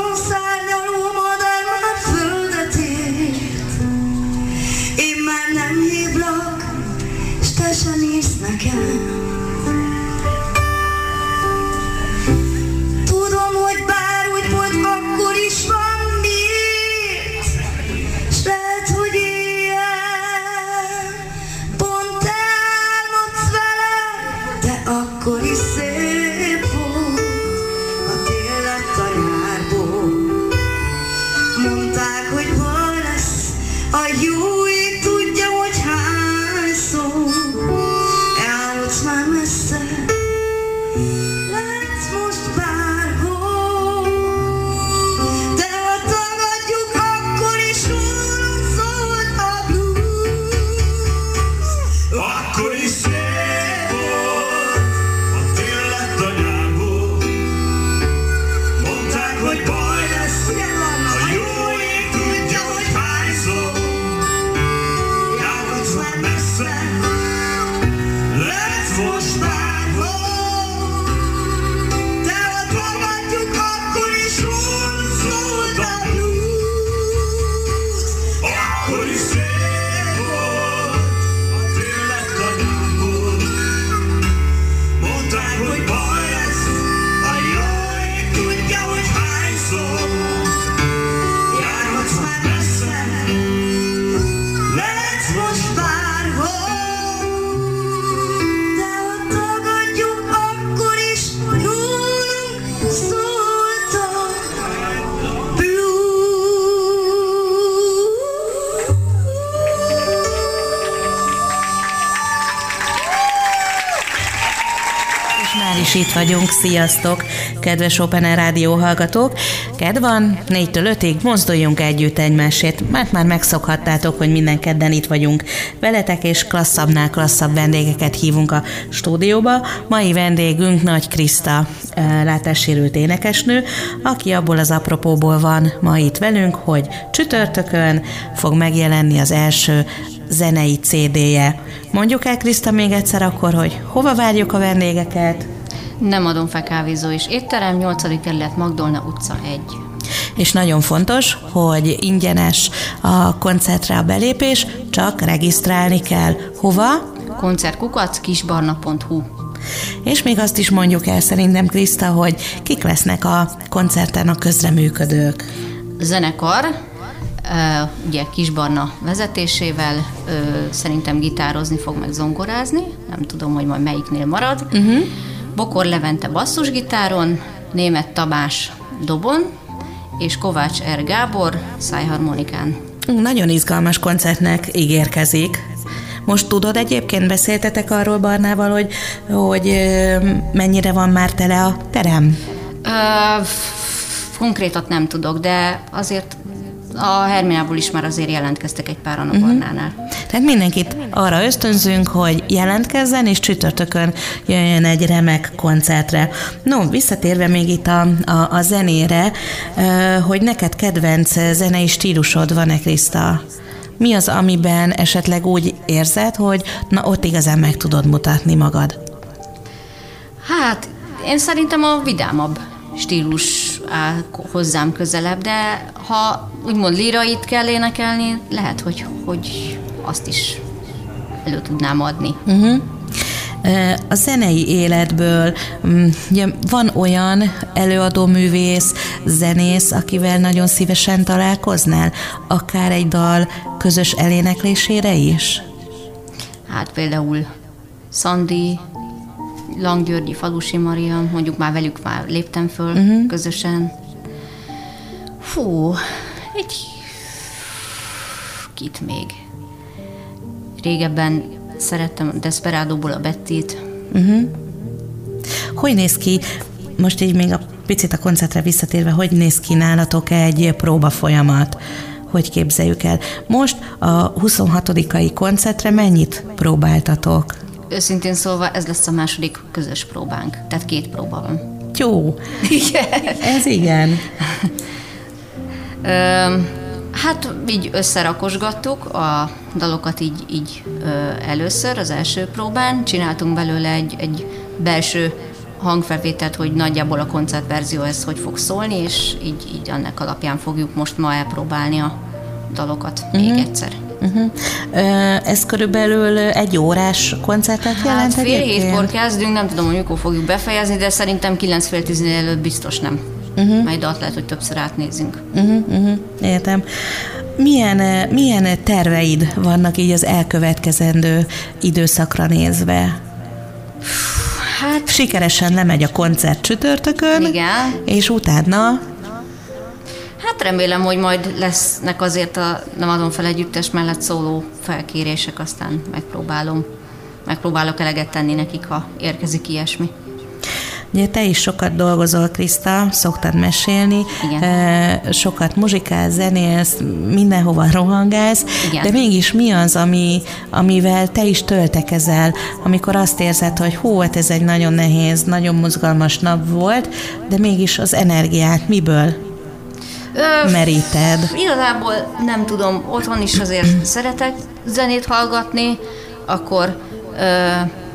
Speaker 5: Mondták, hogy hol lesz, a jó ég tudja, hogy hányszor. Elmondsz már messze, látsz most bárhol. De ha tagadjuk, akkor is rólunk szólt a blues.
Speaker 6: Akkor is szép volt, a tél lett anyából. Mondták, hogy baj lesz, a jó ég tudja, hogy hányszor. Járhatsz már messze, letsz most bárhol.
Speaker 5: De ha tagadjuk, akkor is rólunk szólt a blues.
Speaker 6: Akkor is szép volt, a tél lett anyából. Mondták, hogy baj lesz, a jó ég tudja, hogy hányszor. Járhatsz már messze,
Speaker 5: Let's most bárhol. De ha tagadjuk, akkor is rólunk szólt a blues.
Speaker 2: És már is itt vagyunk, sziasztok, kedves Open Air Rádió hallgatók! Kedd van, négytől ötig mozduljunk együtt egymásért, mert már megszokhattátok, hogy minden kedden itt vagyunk veletek, és klasszabbnál klasszabb vendégeket hívunk a stúdióba. Mai vendégünk Nagy Kriszta, látássérült énekesnő, aki abból az apropóból van ma itt velünk, hogy csütörtökön fog megjelenni az első zenei cé dé-je. Mondjuk el, Kriszta, még egyszer akkor, hogy hova várjuk a vendégeket?
Speaker 3: Nem adom fel kávézó és étterem, nyolcadik kerület, Magdolna utca egy.
Speaker 2: És nagyon fontos, hogy ingyenes a koncertre a belépés, csak regisztrálni kell. Hova?
Speaker 3: Koncertkukac kisbarna pont hu.
Speaker 2: És még azt is mondjuk el szerintem, Kriszta, hogy kik lesznek a koncerten a közreműködők.
Speaker 3: Zenekar, ugye Kisbarna vezetésével, szerintem gitározni fog, meg zongorázni, nem tudom, hogy majd melyiknél marad. Uh-huh. Bokor Levente basszusgitáron, Németh Tamás dobon, és Kovács R. Gábor szájharmonikán.
Speaker 2: Nagyon izgalmas koncertnek ígérkezik. Most tudod, egyébként beszéltetek arról Barnával, hogy, hogy mennyire van már tele a terem?
Speaker 3: Ö, konkrétat nem tudok, de azért a Herminából is már azért jelentkeztek egy páran a uh-huh. Barnánál.
Speaker 2: Tehát mindenkit arra ösztönzünk, hogy jelentkezzen, és csütörtökön jöjjön egy remek koncertre. No, visszatérve még itt a, a, a zenére, hogy neked kedvenc zenei stílusod van-e, Kriszta? Mi az, amiben esetleg úgy érzed, hogy na ott igazán meg tudod mutatni magad?
Speaker 3: Hát, én szerintem a vidámabb stílus áll hozzám közelebb, de ha úgymond lírait kell énekelni, lehet, hogy, hogy azt is elő tudnám adni. Uh-huh.
Speaker 2: A zenei életből ugye, van olyan előadó művész, zenész, akivel nagyon szívesen találkoznál, akár egy dal közös eléneklésére is?
Speaker 3: Hát például Szandi, Lang Györgyi, Falusi Maria, mondjuk már velük már léptem föl uh-huh. közösen. Fú, egy... Kit még? Régebben szerettem a Desperadóból a Bettit.
Speaker 2: Uh-huh. Hogy néz ki, most így még a picit a koncertre visszatérve, hogy néz ki nálatok egy próba folyamat? Hogy képzeljük el? Most a huszonhatodikai koncertre mennyit próbáltatok?
Speaker 3: Őszintén szólva, ez lesz a második közös próbánk. Tehát két próba van.
Speaker 2: Jó.
Speaker 3: Igen.
Speaker 2: Ez igen.
Speaker 3: Ö, hát így összerakosgattuk a dalokat így, így ö, először, az első próbán. Csináltunk belőle egy, egy belső hangfelvételt, hogy nagyjából a koncertverzió ez hogy fog szólni, és így, így annak alapján fogjuk most ma elpróbálni a dalokat uh-huh. még egyszer. Uh-huh.
Speaker 2: Ez körülbelül egy órás koncertet jelent?
Speaker 3: Hát fél hétkor kezdünk, nem tudom, hogy mikor fogjuk befejezni, de szerintem kilenc fél tíz előtt biztos nem. Uh-huh. Majd azt lehet, hogy többször átnézzünk. Uh-huh,
Speaker 2: uh-huh. Értem. Milyen, milyen terveid vannak így az elkövetkezendő időszakra nézve?
Speaker 3: Hát...
Speaker 2: Sikeresen lemegy a koncert csütörtökön,
Speaker 3: igen.
Speaker 2: És utána...
Speaker 3: Hát remélem, hogy majd lesznek azért a Nem adom fel együttes mellett szóló felkérések, aztán megpróbálom, megpróbálok eleget tenni nekik, ha érkezik ilyesmi.
Speaker 2: Ugye te is sokat dolgozol, Kriszta, szoktad mesélni,
Speaker 3: Igen.
Speaker 2: sokat muzsikálsz, zenélsz, mindenhova rohangálsz,
Speaker 3: Igen.
Speaker 2: de mégis mi az, ami, amivel te is töltekezel, amikor azt érzed, hogy hú, hát ez egy nagyon nehéz, nagyon mozgalmas nap volt, de mégis az energiát miből
Speaker 3: Ö,
Speaker 2: meríted?
Speaker 3: Igazából nem tudom, otthon is azért szeretek zenét hallgatni, akkor ö,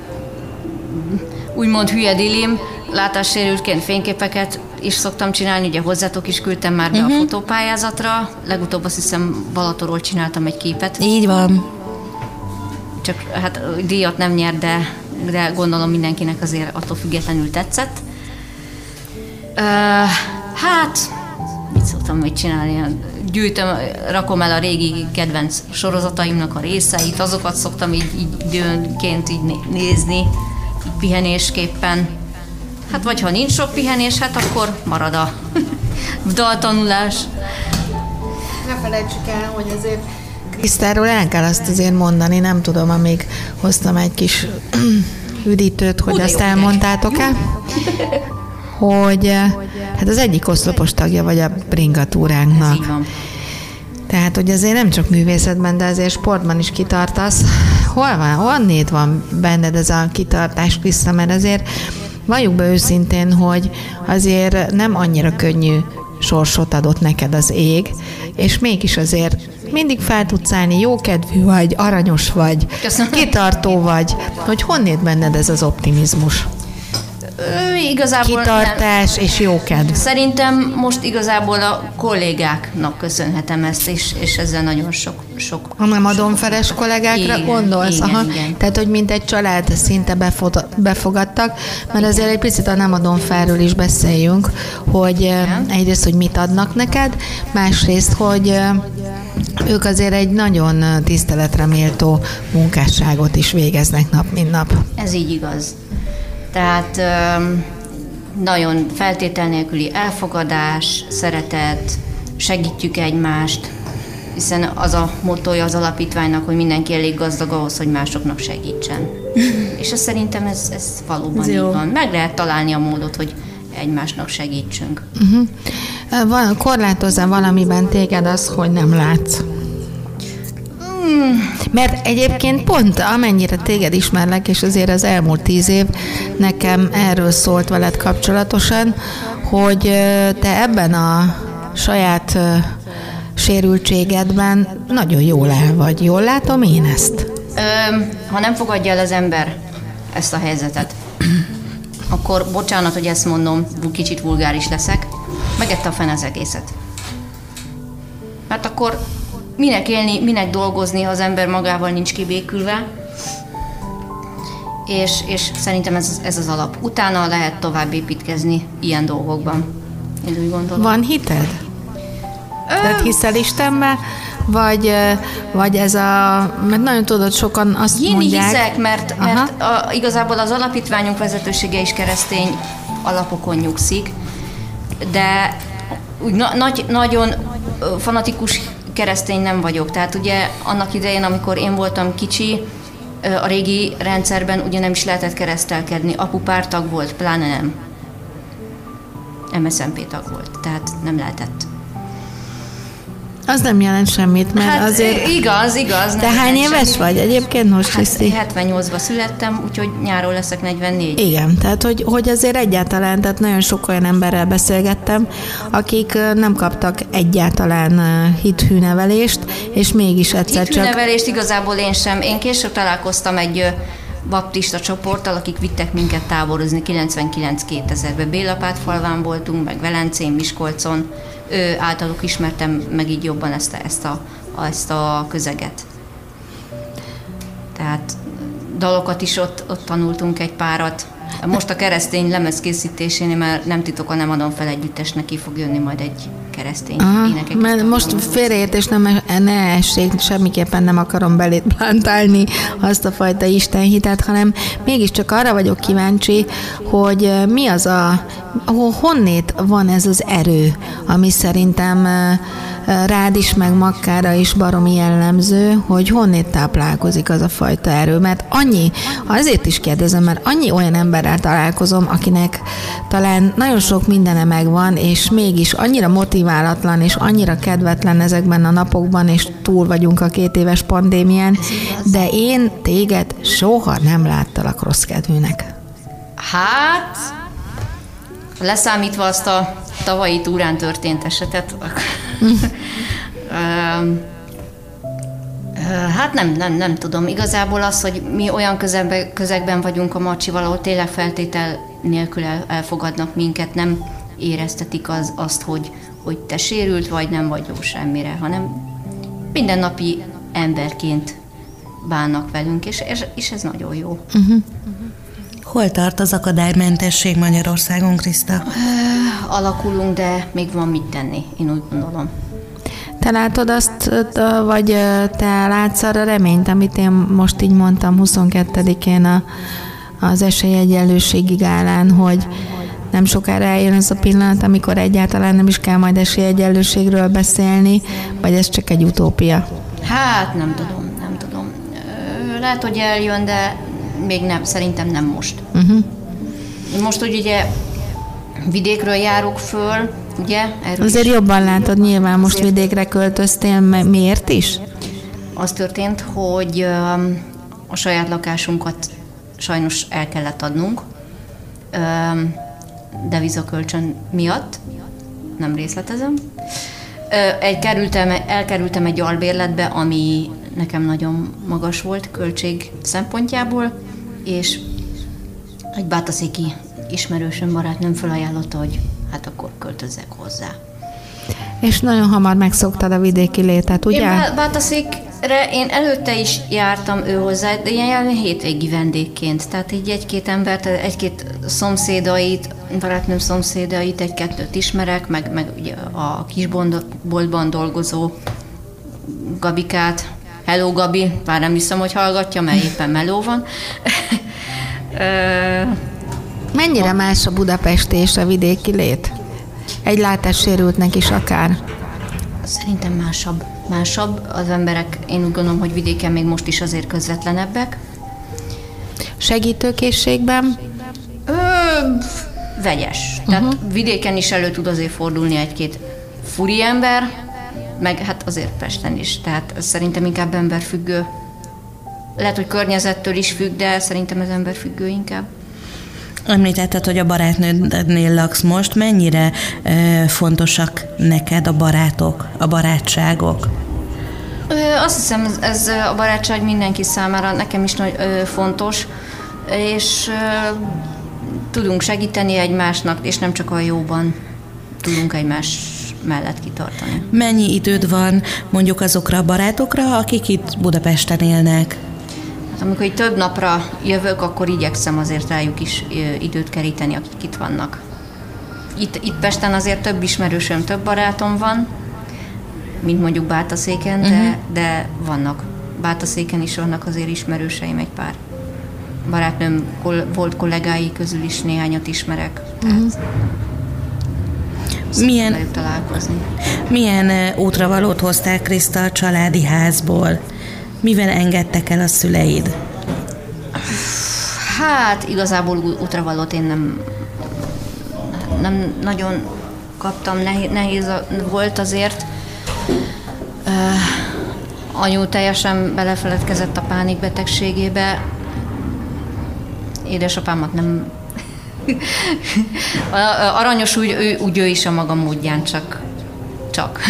Speaker 3: úgymond hülye dilim, látássérültként fényképeket is szoktam csinálni, ugye hozzátok is küldtem már be uh-huh. a fotópályázatra, legutóbb azt hiszem Balatonról csináltam egy képet.
Speaker 2: Így van.
Speaker 3: Csak hát díjat nem nyert, de, de gondolom mindenkinek azért attól függetlenül tetszett. Uh, hát, mit szoktam még csinálni? Gyűjtöm, rakom el a régi kedvenc sorozataimnak a részeit, azokat szoktam így, így időnként így nézni, így pihenésképpen. Hát vagy ha nincs sok pihenés, hát akkor marad a daltanulás.
Speaker 4: Ne felejtsük el, hogy azért Krisztáról el kell azt azért mondani, nem tudom, amíg hoztam egy kis üdítőt, hogy
Speaker 3: Ude
Speaker 4: azt
Speaker 3: jó,
Speaker 4: elmondtátok-e, hogy hát az egyik oszlopos tagja vagy a bringatúránknak.
Speaker 3: Ez így van.
Speaker 4: Tehát, hogy azért nem csak művészetben, de azért sportban is kitartasz. Hol van, honnét van benned ez a kitartás, Kriszta, mert azért valljuk be őszintén, hogy azért nem annyira könnyű sorsot adott neked az ég, és mégis azért mindig fel tudsz állni, jókedvű vagy, aranyos vagy,
Speaker 3: Köszönöm.
Speaker 4: kitartó vagy, hogy honnét benned ez az optimizmus?
Speaker 3: Ö, igazából
Speaker 4: Kitartás
Speaker 3: nem.
Speaker 4: és jókedv.
Speaker 3: Szerintem most igazából a kollégáknak köszönhetem ezt, és, és ezzel nagyon sok... sok
Speaker 4: Ha nem adómfeles kollégákra
Speaker 3: igen,
Speaker 4: gondolsz?
Speaker 3: igen,
Speaker 4: Aha.
Speaker 3: igen.
Speaker 4: Tehát, hogy mint egy család szinte befod- befogadtak, mert azért egy picit a nem adómfelről is beszéljünk, hogy igen. egyrészt, hogy mit adnak neked, másrészt, hogy ők azért egy nagyon tiszteletre méltó munkásságot is végeznek nap, mint nap.
Speaker 3: Ez így igaz. Tehát nagyon feltétel nélküli elfogadás, szeretet, segítjük egymást, hiszen az a mottoja az alapítványnak, hogy mindenki elég gazdag ahhoz, hogy másoknak segítsen. És ez szerintem ez, ez valóban
Speaker 2: ez
Speaker 3: így
Speaker 2: jó.
Speaker 3: van. Meg lehet találni a módot, hogy egymásnak segítsünk.
Speaker 4: Uh-huh. Van, korlátozza valamiben téged az, hogy nem látsz? Mert egyébként pont amennyire téged ismerlek, és azért az elmúlt tíz év nekem erről szólt veled kapcsolatosan, hogy te ebben a saját sérültségedben nagyon jól el vagy. Jól látom én ezt?
Speaker 3: Ö, ha nem fogadja el az ember ezt a helyzetet, akkor bocsánat, hogy ezt mondom, kicsit vulgáris leszek, megette a fene az egészet. Mert akkor minek élni, minek dolgozni, ha az ember magával nincs kibékülve, és, és szerintem ez, ez az alap. Utána lehet tovább építkezni ilyen dolgokban. Én úgy gondolom.
Speaker 4: Van hited? Tehát hiszel Istenbe, vagy, vagy ez a... Mert nagyon tudod, sokan azt
Speaker 3: Hinni
Speaker 4: mondják...
Speaker 3: hiszek, mert, mert a, igazából az alapítványunk vezetősége is keresztény alapokon nyugszik, de úgy na, nagy, nagyon fanatikus keresztény nem vagyok. Tehát ugye annak idején, amikor én voltam kicsi, a régi rendszerben ugye nem is lehetett keresztelkedni. Apu pártag volt, pláne nem. em es en pé tag volt, tehát nem lehetett.
Speaker 4: Az nem jelent semmit, mert
Speaker 3: Hát
Speaker 4: azért...
Speaker 3: igaz, igaz.
Speaker 4: Te hány éves
Speaker 3: semmi.
Speaker 4: vagy egyébként most,
Speaker 3: Hát
Speaker 4: Kriszti?
Speaker 3: hetvennyolcban születtem, úgyhogy nyáron leszek negyvennégy.
Speaker 4: Igen, tehát hogy, hogy azért egyáltalán, tehát nagyon sok olyan emberrel beszélgettem, akik nem kaptak egyáltalán hithűnevelést, és mégis egyszer csak...
Speaker 3: Hithűnevelést igazából én sem. Én később találkoztam egy ö, baptista csoporttal, akik vittek minket táborozni kilencvenkilenc kétezerben. Bélapátfalván voltunk, meg Velencén, Miskolcon. Ő általuk ismertem meg így jobban ezt a, ezt a, ezt a közeget. Tehát dalokat is ott, ott tanultunk egy párat. Most a keresztény lemez készítésénél már nem titok, nem adom fel együttesnek, ki fog jönni majd egy keresztény
Speaker 2: Aha,
Speaker 3: énekeket.
Speaker 2: mert most félreértés nem, ne essék, semmiképpen nem akarom belét plántálni azt a fajta istenhitet, hanem mégiscsak arra vagyok kíváncsi, hogy mi az a, honnét van ez az erő, ami szerintem rád is, meg Makkára is baromi jellemző, hogy honnét táplálkozik az a fajta erő. Mert annyi, azért is kérdezem, mert annyi olyan emberrel találkozom, akinek talán nagyon sok mindene megvan, és mégis annyira motiválatlan, és annyira kedvetlen ezekben a napokban, és túl vagyunk a két éves pandémián, de én téged soha nem láttalak rossz kedvűnek.
Speaker 3: Hát, leszámítva azt a tavalyi túrán történt esetet, hát nem, nem, nem tudom. Igazából az, hogy mi olyan közegben, közegben vagyunk a Marcsival, ahol tényleg feltétel nélkül el, elfogadnak minket, nem éreztetik az, azt, hogy, hogy te sérült vagy, nem vagy jó semmire, hanem mindennapi emberként bánnak velünk, és, és, és ez nagyon jó.
Speaker 2: Uh-huh.
Speaker 7: Hol tart az akadálymentesség Magyarországon, Kriszta?
Speaker 3: Alakulunk, de még van mit tenni, én úgy gondolom.
Speaker 2: Te látod azt, vagy te látsz arra reményt, amit én most így mondtam huszonkettedikén a, az esélyegyenlőségi gálán, hogy nem sokára eljön ez a pillanat, amikor egyáltalán nem is kell majd esélyegyenlőségről beszélni, vagy ez csak egy utópia?
Speaker 3: Hát nem tudom, nem tudom. Lehet, hogy eljön, de még nem, szerintem nem most.
Speaker 2: Uh-huh.
Speaker 3: Most, hogy ugye vidékről járok föl, ugye?
Speaker 2: Azért is jobban látod, nyilván most vidékre költöztél, miért is?
Speaker 3: Az történt, hogy a saját lakásunkat sajnos el kellett adnunk, devizakölcsön miatt, nem részletezem. Egy kerültem, elkerültem egy albérletbe, ami nekem nagyon magas volt költség szempontjából, és egy bátaszéki ismerősöm, barátnőm felajánlotta, hogy hát akkor költözzek hozzá.
Speaker 2: És nagyon hamar megszoktad a vidéki létet, ugye?
Speaker 3: Én Bátaszékre én előtte is jártam ő hozzá, de ilyen hétvégi vendégként. Tehát így egy-két embert, egy-két szomszédait, barátnőm szomszédait, egy-kettőt ismerek, meg, meg ugye a kisboltban dolgozó Gabikát. Hello Gabi, bár nem hiszem, hogy hallgatja, mert éppen meló van.
Speaker 2: Mennyire más a budapesti és a vidéki lét? Egy látássérültnek is akár.
Speaker 3: Szerintem másabb. Másabb. Az emberek, én úgy gondolom, hogy vidéken még most is azért közvetlenebbek.
Speaker 2: Segítőkészségben?
Speaker 3: Ö, vegyes. Tehát uh-huh. vidéken is elő tud azért fordulni egy-két furi ember, meg hát azért Pesten is. Tehát szerintem inkább emberfüggő. Lehet, hogy környezettől is függ, de szerintem ez emberfüggő inkább.
Speaker 7: Említetted, hogy a barátnődnél laksz most. Mennyire e, fontosak neked a barátok, a barátságok?
Speaker 3: Ö, azt hiszem, ez, ez a barátság mindenki számára, nekem is nagy ö, fontos, és ö, tudunk segíteni egymásnak, és nem csak a jóban tudunk egymás mellett kitartani.
Speaker 7: Mennyi időd van mondjuk azokra a barátokra, akik itt Budapesten élnek?
Speaker 3: Hát amikor így több napra jövök, akkor igyekszem azért rájuk is időt keríteni, akik itt vannak. Itt, itt Pesten azért több ismerősöm, több barátom van, mint mondjuk Bátaszéken, de, uh-huh. de vannak. Bátaszéken is vannak azért ismerőseim egy pár. Barátnőm volt kollégái közül is néhányat ismerek. Uh-huh.
Speaker 7: Milyen, milyen útravalót hoztál, Kriszta, a családi házból? Mivel engedtek el a szüleid?
Speaker 3: Hát igazából útravalót én nem, nem nagyon kaptam, nehéz, nehéz volt azért. Uh, anyu teljesen belefeledkezett a pánikbetegségébe. Édesapámat nem... Aranyos úgy ő, úgy ő is a maga módján, csak. csak.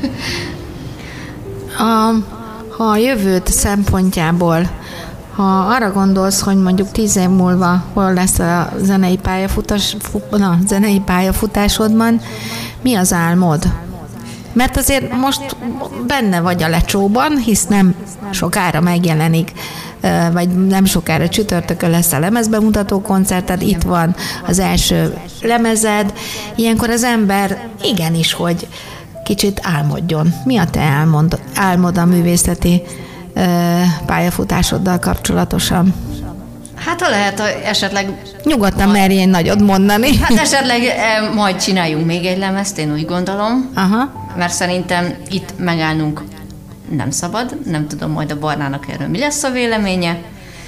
Speaker 2: a, ha a jövőt szempontjából, ha arra gondolsz, hogy mondjuk tíz év múlva hol lesz a zenei pályafutás, na, zenei pályafutásodban, mi az álmod? Mert azért most benne vagy a lecsóban, hisz nem sokára megjelenik, vagy nem sokára csütörtökön lesz a lemezbemutató koncerted, itt van az első lemezed. Ilyenkor az ember igenis, hogy
Speaker 4: kicsit álmodjon. Mi a te álmod, álmod a művészeti ö, pályafutásoddal kapcsolatosan?
Speaker 3: Hát ha lehet, ha esetleg...
Speaker 4: Nyugodtan merjél nagyot mondani.
Speaker 3: Hát esetleg eh, majd csináljunk még egy lemezt, én úgy gondolom.
Speaker 4: Aha.
Speaker 3: Mert szerintem itt megállnunk nem szabad. Nem tudom, majd a Barnának erről mi lesz a véleménye.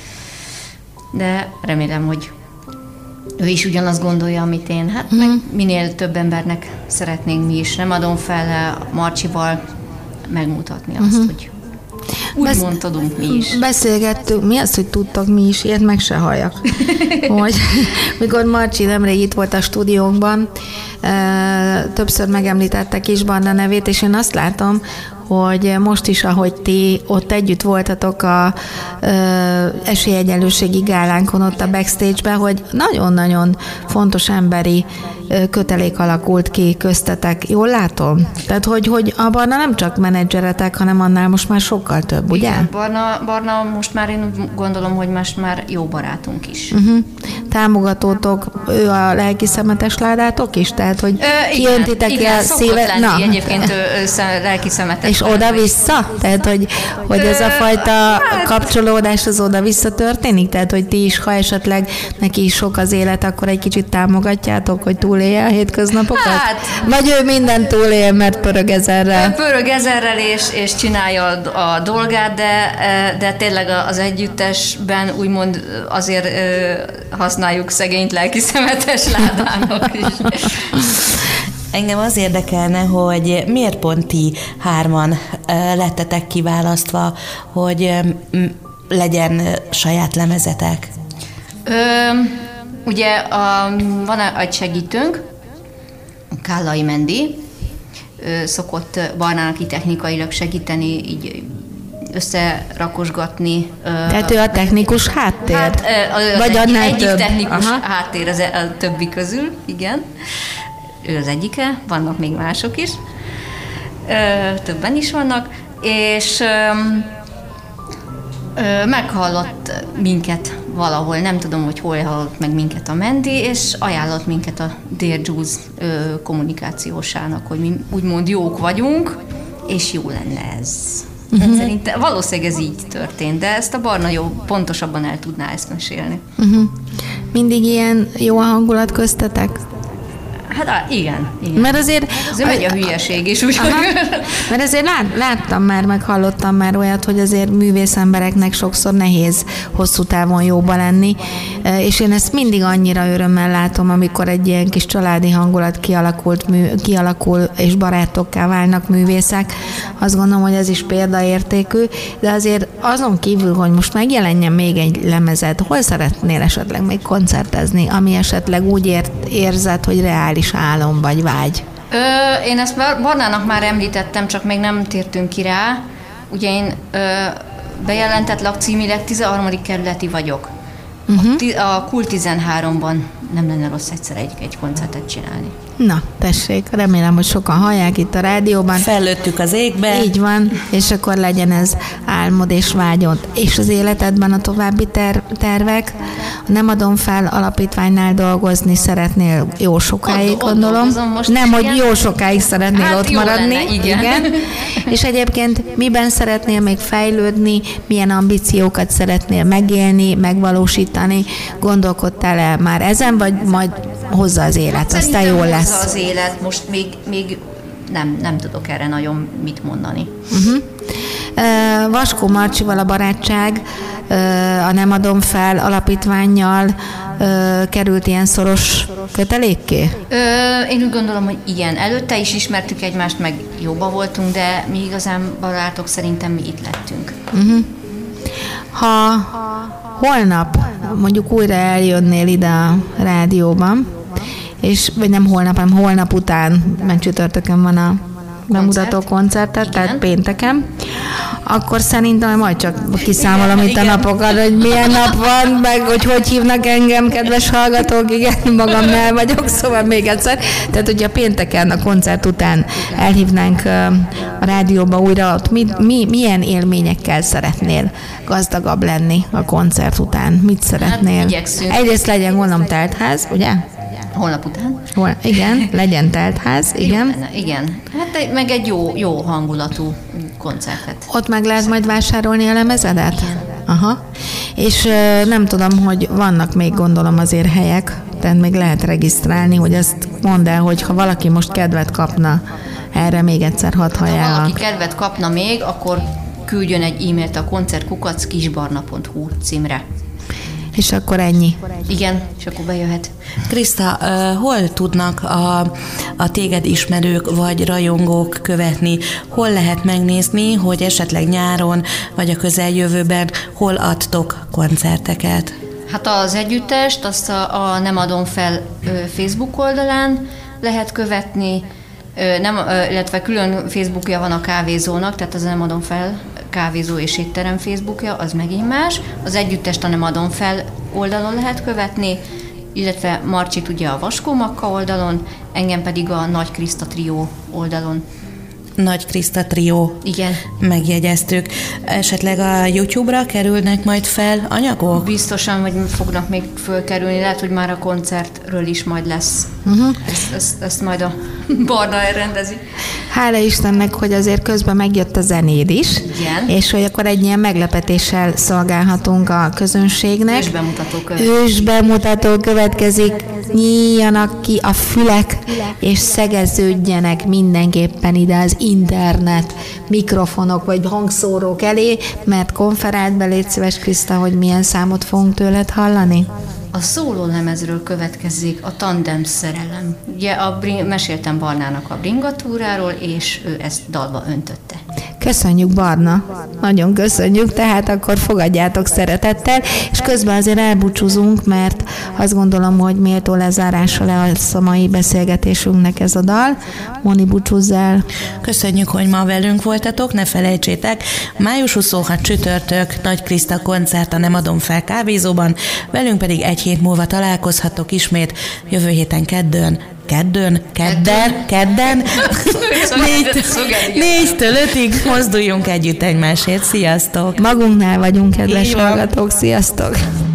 Speaker 3: De remélem, hogy ő is ugyanazt gondolja, amit én. Hát mm. meg minél több embernek szeretnénk mi is. Nem adom fel Marcsival megmutatni azt, mm-hmm. hogy úgymond Besz- tudunk mi is.
Speaker 4: Beszélgettünk, mi az, hogy tudtok mi is, ilyet meg se halljak. Hogy mikor Marcsi nemrég itt volt a stúdiónkban, többször megemlítette Kis Barna nevét, és én azt látom, hogy most is, ahogy ti ott együtt voltatok a ö, esélyegyenlőségi gálánkon ott a backstage-ben, hogy nagyon-nagyon fontos emberi ö, kötelék alakult ki köztetek. Jól látom? Tehát, hogy, hogy a Barna nem csak menedzseretek, hanem annál most már sokkal több, ugye?
Speaker 3: Igen, Barna, Barna most már én úgy gondolom, hogy most már jó barátunk is.
Speaker 4: Uh-huh. Támogatótok, ő a lelki szemetes ládátok is? Tehát, hogy
Speaker 3: kijöntitek el szíve... Na, egyébként ő, ő szem, lelki szemetes.
Speaker 4: És oda-vissza? Tehát, hogy, hogy ez a fajta kapcsolódás az oda-vissza történik? Tehát, hogy ti is, ha esetleg neki is sok az élet, akkor egy kicsit támogatjátok, hogy túlélje a hétköznapokat? Hát, vagy ő minden túlél, mert pörög ezerrel?
Speaker 3: Pörög ezerrel, és, és csinálja a, a dolgát, de, de tényleg az együttesben úgymond azért használjuk szegényt lelki szemetes ládának is.
Speaker 7: Engem az érdekelne, hogy miért pont ti hárman lettetek kiválasztva, hogy legyen saját lemezetek?
Speaker 3: Ö, ugye a, van egy segítőnk, Kállai Mendi, ő szokott Barnának így technikailag segíteni, így összerakosgatni.
Speaker 4: Tehát ő a technikus háttér?
Speaker 3: Hát, az
Speaker 4: vagy
Speaker 3: egy,
Speaker 4: annál
Speaker 3: egyik
Speaker 4: több?
Speaker 3: technikus
Speaker 4: Aha.
Speaker 3: háttér az, a többi közül, igen. Ő az egyike, vannak még mások is. Ö, többen is vannak, és ö, ö, meghallott minket valahol, nem tudom, hogy hol hallott meg minket a Mendi, és ajánlott minket a Dear Jews ö, kommunikációsának, hogy mi úgymond jók vagyunk, és jó lenne ez. Uh-huh. Szerintem valószínűleg ez így történt, de ezt a Barna jó pontosabban el tudná ezt mesélni.
Speaker 4: Uh-huh. Mindig ilyen jó a hangulat köztetek?
Speaker 3: Hát igen, igen.
Speaker 4: Mert azért...
Speaker 3: Azért megy a hülyeség is, úgyhogy...
Speaker 4: Mert azért lát, láttam már, meg hallottam már olyat, hogy azért művész embereknek sokszor nehéz hosszú távon jóba lenni, és én ezt mindig annyira örömmel látom, amikor egy ilyen kis családi hangulat kialakult, mű, kialakul, és barátokká válnak művészek. Azt gondolom, hogy ez is példaértékű, de azért azon kívül, hogy most megjelenjen még egy lemezet, hol szeretnél esetleg még koncertezni, ami esetleg úgy ért, érzed, hogy reális álom vagy vágy?
Speaker 3: Ö, én ezt Barnának már említettem, csak még nem tértünk ki rá. Ugye én ö, bejelentett lakcímileg tizenharmadik kerületi vagyok. Uh-huh. A, a Kult tizenháromban nem lenne rossz egyszer egy, egy koncertet csinálni.
Speaker 4: Na, tessék, remélem, hogy sokan hallják itt a rádióban.
Speaker 7: Fellőttük az égbe.
Speaker 4: Így van, és akkor legyen ez álmod és vágyod. És az életedben a további ter- tervek? Nem adom fel alapítványnál dolgozni, szeretnél jó sokáig, ott, gondolom.
Speaker 3: Ott
Speaker 4: nem, hogy jó sokáig szeretnél hát ott maradni.
Speaker 3: Lenne, igen.
Speaker 4: igen. És egyébként miben szeretnél még fejlődni, milyen ambíciókat szeretnél megélni, megvalósítani? Gondolkodtál-e már ezen, vagy majd hozza az élet, hát aztán jól lesz?
Speaker 3: Hozza az élet, most még, még nem, nem tudok erre nagyon mit mondani.
Speaker 4: Uh-huh. Uh, Vaskó Marcsival a barátság, uh, a Nem adom fel alapítvánnyal uh, került ilyen szoros kötelékké?
Speaker 3: Ö, én úgy gondolom, hogy igen. Előtte is ismertük egymást, meg jóba voltunk, de mi igazán barátok szerintem mi itt lettünk.
Speaker 4: Uh-huh. Ha holnap mondjuk újra eljönnél ide a rádióban, és, vagy nem holnap, hanem holnap után, mert csütörtökön van a bemutató koncertet, tehát pénteken, akkor szerintem majd csak kiszámolom itt a napokat, hogy milyen nap van, meg hogy hogy hívnak engem, kedves hallgatók, igen, magamnál vagyok, szóval még egyszer. Tehát, hogyha pénteken a koncert után elhívnánk a rádióba újra, ott mi, mi, milyen élményekkel szeretnél gazdagabb lenni a koncert után? Mit szeretnél?
Speaker 3: Hát, igyekszünk.
Speaker 4: Egyrészt legyen gondolom teltház, ugye?
Speaker 3: Holnap után.
Speaker 4: Hol, igen, legyen teltház, igen.
Speaker 3: Lenne, igen. Hát egy, meg egy jó, jó hangulatú koncertet.
Speaker 4: Ott meg lehet majd vásárolni a lemezedet?
Speaker 3: Igen.
Speaker 4: Aha. És nem tudom, hogy vannak még gondolom azért helyek, tehát még lehet regisztrálni, hogy ezt mondd el, hogy ha valaki most kedvet kapna, erre még egyszer hadd hallják.
Speaker 3: Ha valaki kedvet kapna még, akkor küldjön egy e-mailt a koncertkukac kisbarna pont hu címre.
Speaker 4: És akkor ennyi.
Speaker 3: Igen, és akkor bejöhet.
Speaker 7: Kriszta, uh, hol tudnak a, a téged ismerők vagy rajongók követni? Hol lehet megnézni, hogy esetleg nyáron vagy a közeljövőben hol adtok koncerteket?
Speaker 3: Hát az együttest, azt a, a Nem adom fel Facebook oldalán lehet követni, nem, illetve külön Facebookja van a kávézónak, tehát az Nem adom fel kávézó és étterem Facebookja, az megint más. Az együttest a Nem adom fel oldalon lehet követni, illetve Marcsit ugye a Vaskó Makka oldalon, engem pedig a Nagy Kriszta Trió oldalon.
Speaker 7: Nagy Kriszta Trió.
Speaker 3: Igen.
Speaker 7: Megjegyeztük. Esetleg a YouTube-ra kerülnek majd fel anyagok?
Speaker 3: Biztosan, hogy fognak még fölkerülni, lehet, hogy már a koncertről is majd lesz. Uh-huh. Ezt, ezt, ezt majd a Barna elrendezi.
Speaker 4: Hála Istennek, hogy azért közben megjött a zenéd is.
Speaker 3: Igen.
Speaker 4: És hogy akkor egy ilyen meglepetéssel szolgálhatunk a közönségnek.
Speaker 3: Ősbemutató következik.
Speaker 4: Ősbemutató következik. Nyíljanak ki a fülek, és szegeződjenek mindenképpen ide az internet mikrofonok vagy hangszórók elé, mert konferált be, légy szíves, Kriszta, hogy milyen számot fogunk tőled hallani?
Speaker 3: A szólólemezről következik a Tandem szerelem. Ugye a bring, meséltem Barnának a bringatúráról, és ő ezt dalba öntötte.
Speaker 4: Köszönjük, Barna. Nagyon köszönjük, tehát akkor fogadjátok szeretettel, és közben azért elbúcsúzunk, mert azt gondolom, hogy méltó lezárása lesz a mai beszélgetésünknek ez a dal. Moni, búcsúzz el.
Speaker 7: Köszönjük, hogy ma velünk voltatok, ne felejtsétek, május huszonhatodika csütörtök, Nagy Kriszta koncert a Nem adom fel kávézóban, velünk pedig egy hét múlva találkozhatok ismét, jövő héten keddön, Keddön, kedden, kedden, négytől ötig mozduljunk együtt egymásért. Sziasztok!
Speaker 4: Magunknál vagyunk, kedves hallgatók. Sziasztok!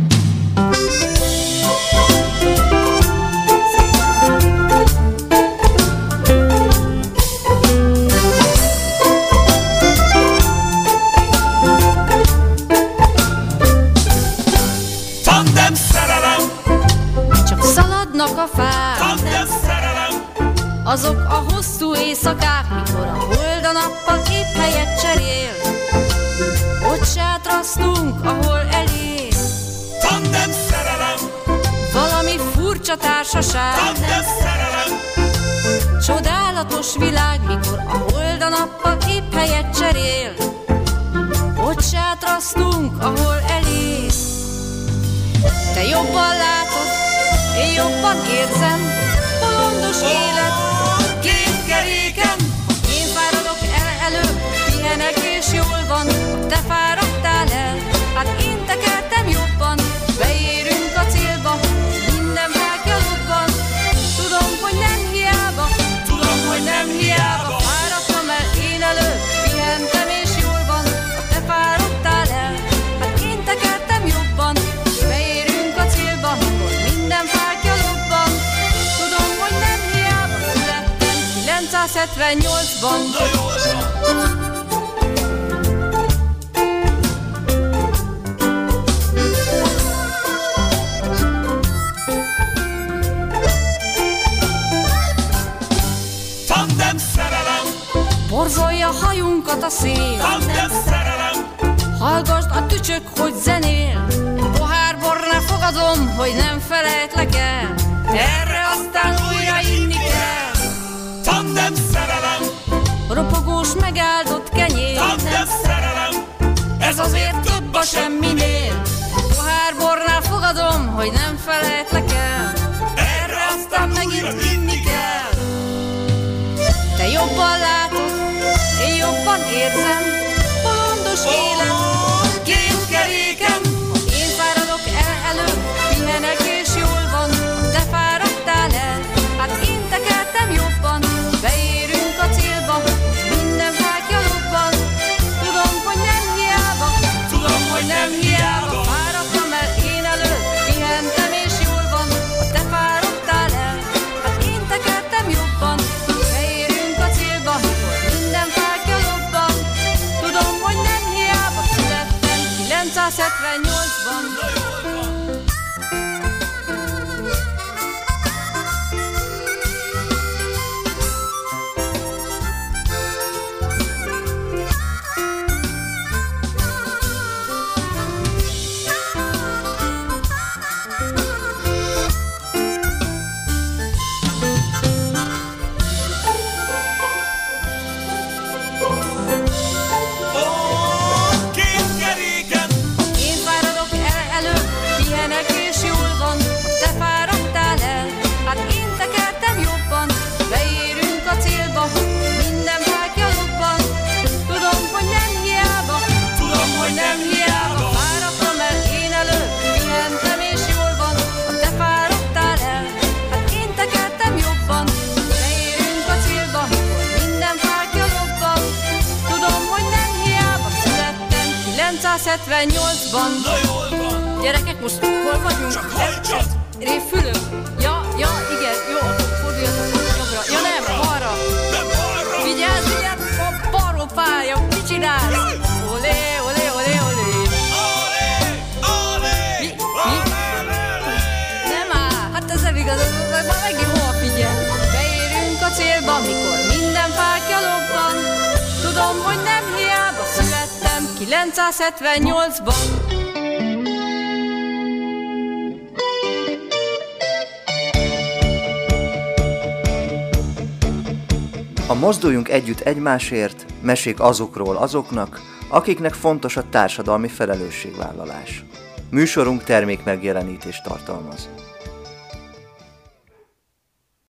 Speaker 6: Tandem szerelem,
Speaker 8: Csak szaladnak a fák,
Speaker 6: tandem szerelem,
Speaker 8: azok a hosszú éjszakák, mikor a hold a nappal épp helyet cserél. Ott sátrasztunk, ahol elér
Speaker 6: tandem szerelem,
Speaker 8: valami furcsa társaság.
Speaker 6: tandem szerelem,
Speaker 8: Csodálatos világ, mikor a hold a nappal épp helyet cserél. Ott sátrasztunk, ahol elér. Te jobban látod, én jobban érzem, bolondos élet két keréken. Én fáradok el előbb, pihenek és jól van, te fáradtál el, hát én tekertem jobban. Beérünk a célba, minden felkelobban, tudom, hogy nem hiába, tudom, hogy nem hiába. Fáradtam el én előbb, pihentem és jól van, te fáradtál el, hát én tekertem jobban. Beérünk a célba, mikor minden fákja lobban, tudom, hogy nem hiába születtem kilencszázhetvennyolcban.
Speaker 6: na jól van. Tandem szerelem,
Speaker 8: Borzolja hajunkat a szél,
Speaker 6: tandem szerelem,
Speaker 8: hallgasd a tücsök, hogy zenél. Pohár borra fogadom, hogy nem felejtlek el, erre aztán újra inni kell.
Speaker 6: tandem szerelem,
Speaker 8: Ropogós megáldott kenyér,
Speaker 6: tandem szerelem,
Speaker 8: ez azért több a semminél. Pohár bornál fogadom, hogy nem felejtlek el, erre aztán megint inni kell. Te jobban látod, én jobban érzem, bolondos élet két keréken. Én fáradok el előbb, pihenek és jól van, te fáradtál el, hát én tekertem jobban. Beérünk a célba, minden fákja lobban, tudom, hogy nem hiába, tudom, hogy nem hiába. Fáradtam el én előbb, pihentem és jól van, te fáradtál el, kilencszázhetvennyolcban. kilencszázhetvennyolcban.
Speaker 6: Na jól van,
Speaker 8: Gyerekek, most hol vagyunk?
Speaker 6: csak hajtsad!
Speaker 8: Révfülöm. Ja, ja, igen, jó, forduljatok jobbra. Ja nem, balra.
Speaker 6: Nem balra!
Speaker 8: Vigyázz, vigyázz, a balról pálya, mit csinálsz? Olé, olé, olé, olé.
Speaker 6: Olé! Olé!
Speaker 8: Mi? Mi? Nem áll, hát ez nem igaz, már megint hol figyel. Beérünk a célba, mikor minden fákja lobban. Tudom, hogy nem hiába születtem kilencszázhetvennyolcban.
Speaker 1: A Mozduljunk együtt egymásért mesék azokról azoknak, akiknek fontos a társadalmi felelősségvállalás. Műsorunk termék megjelenítést tartalmaz.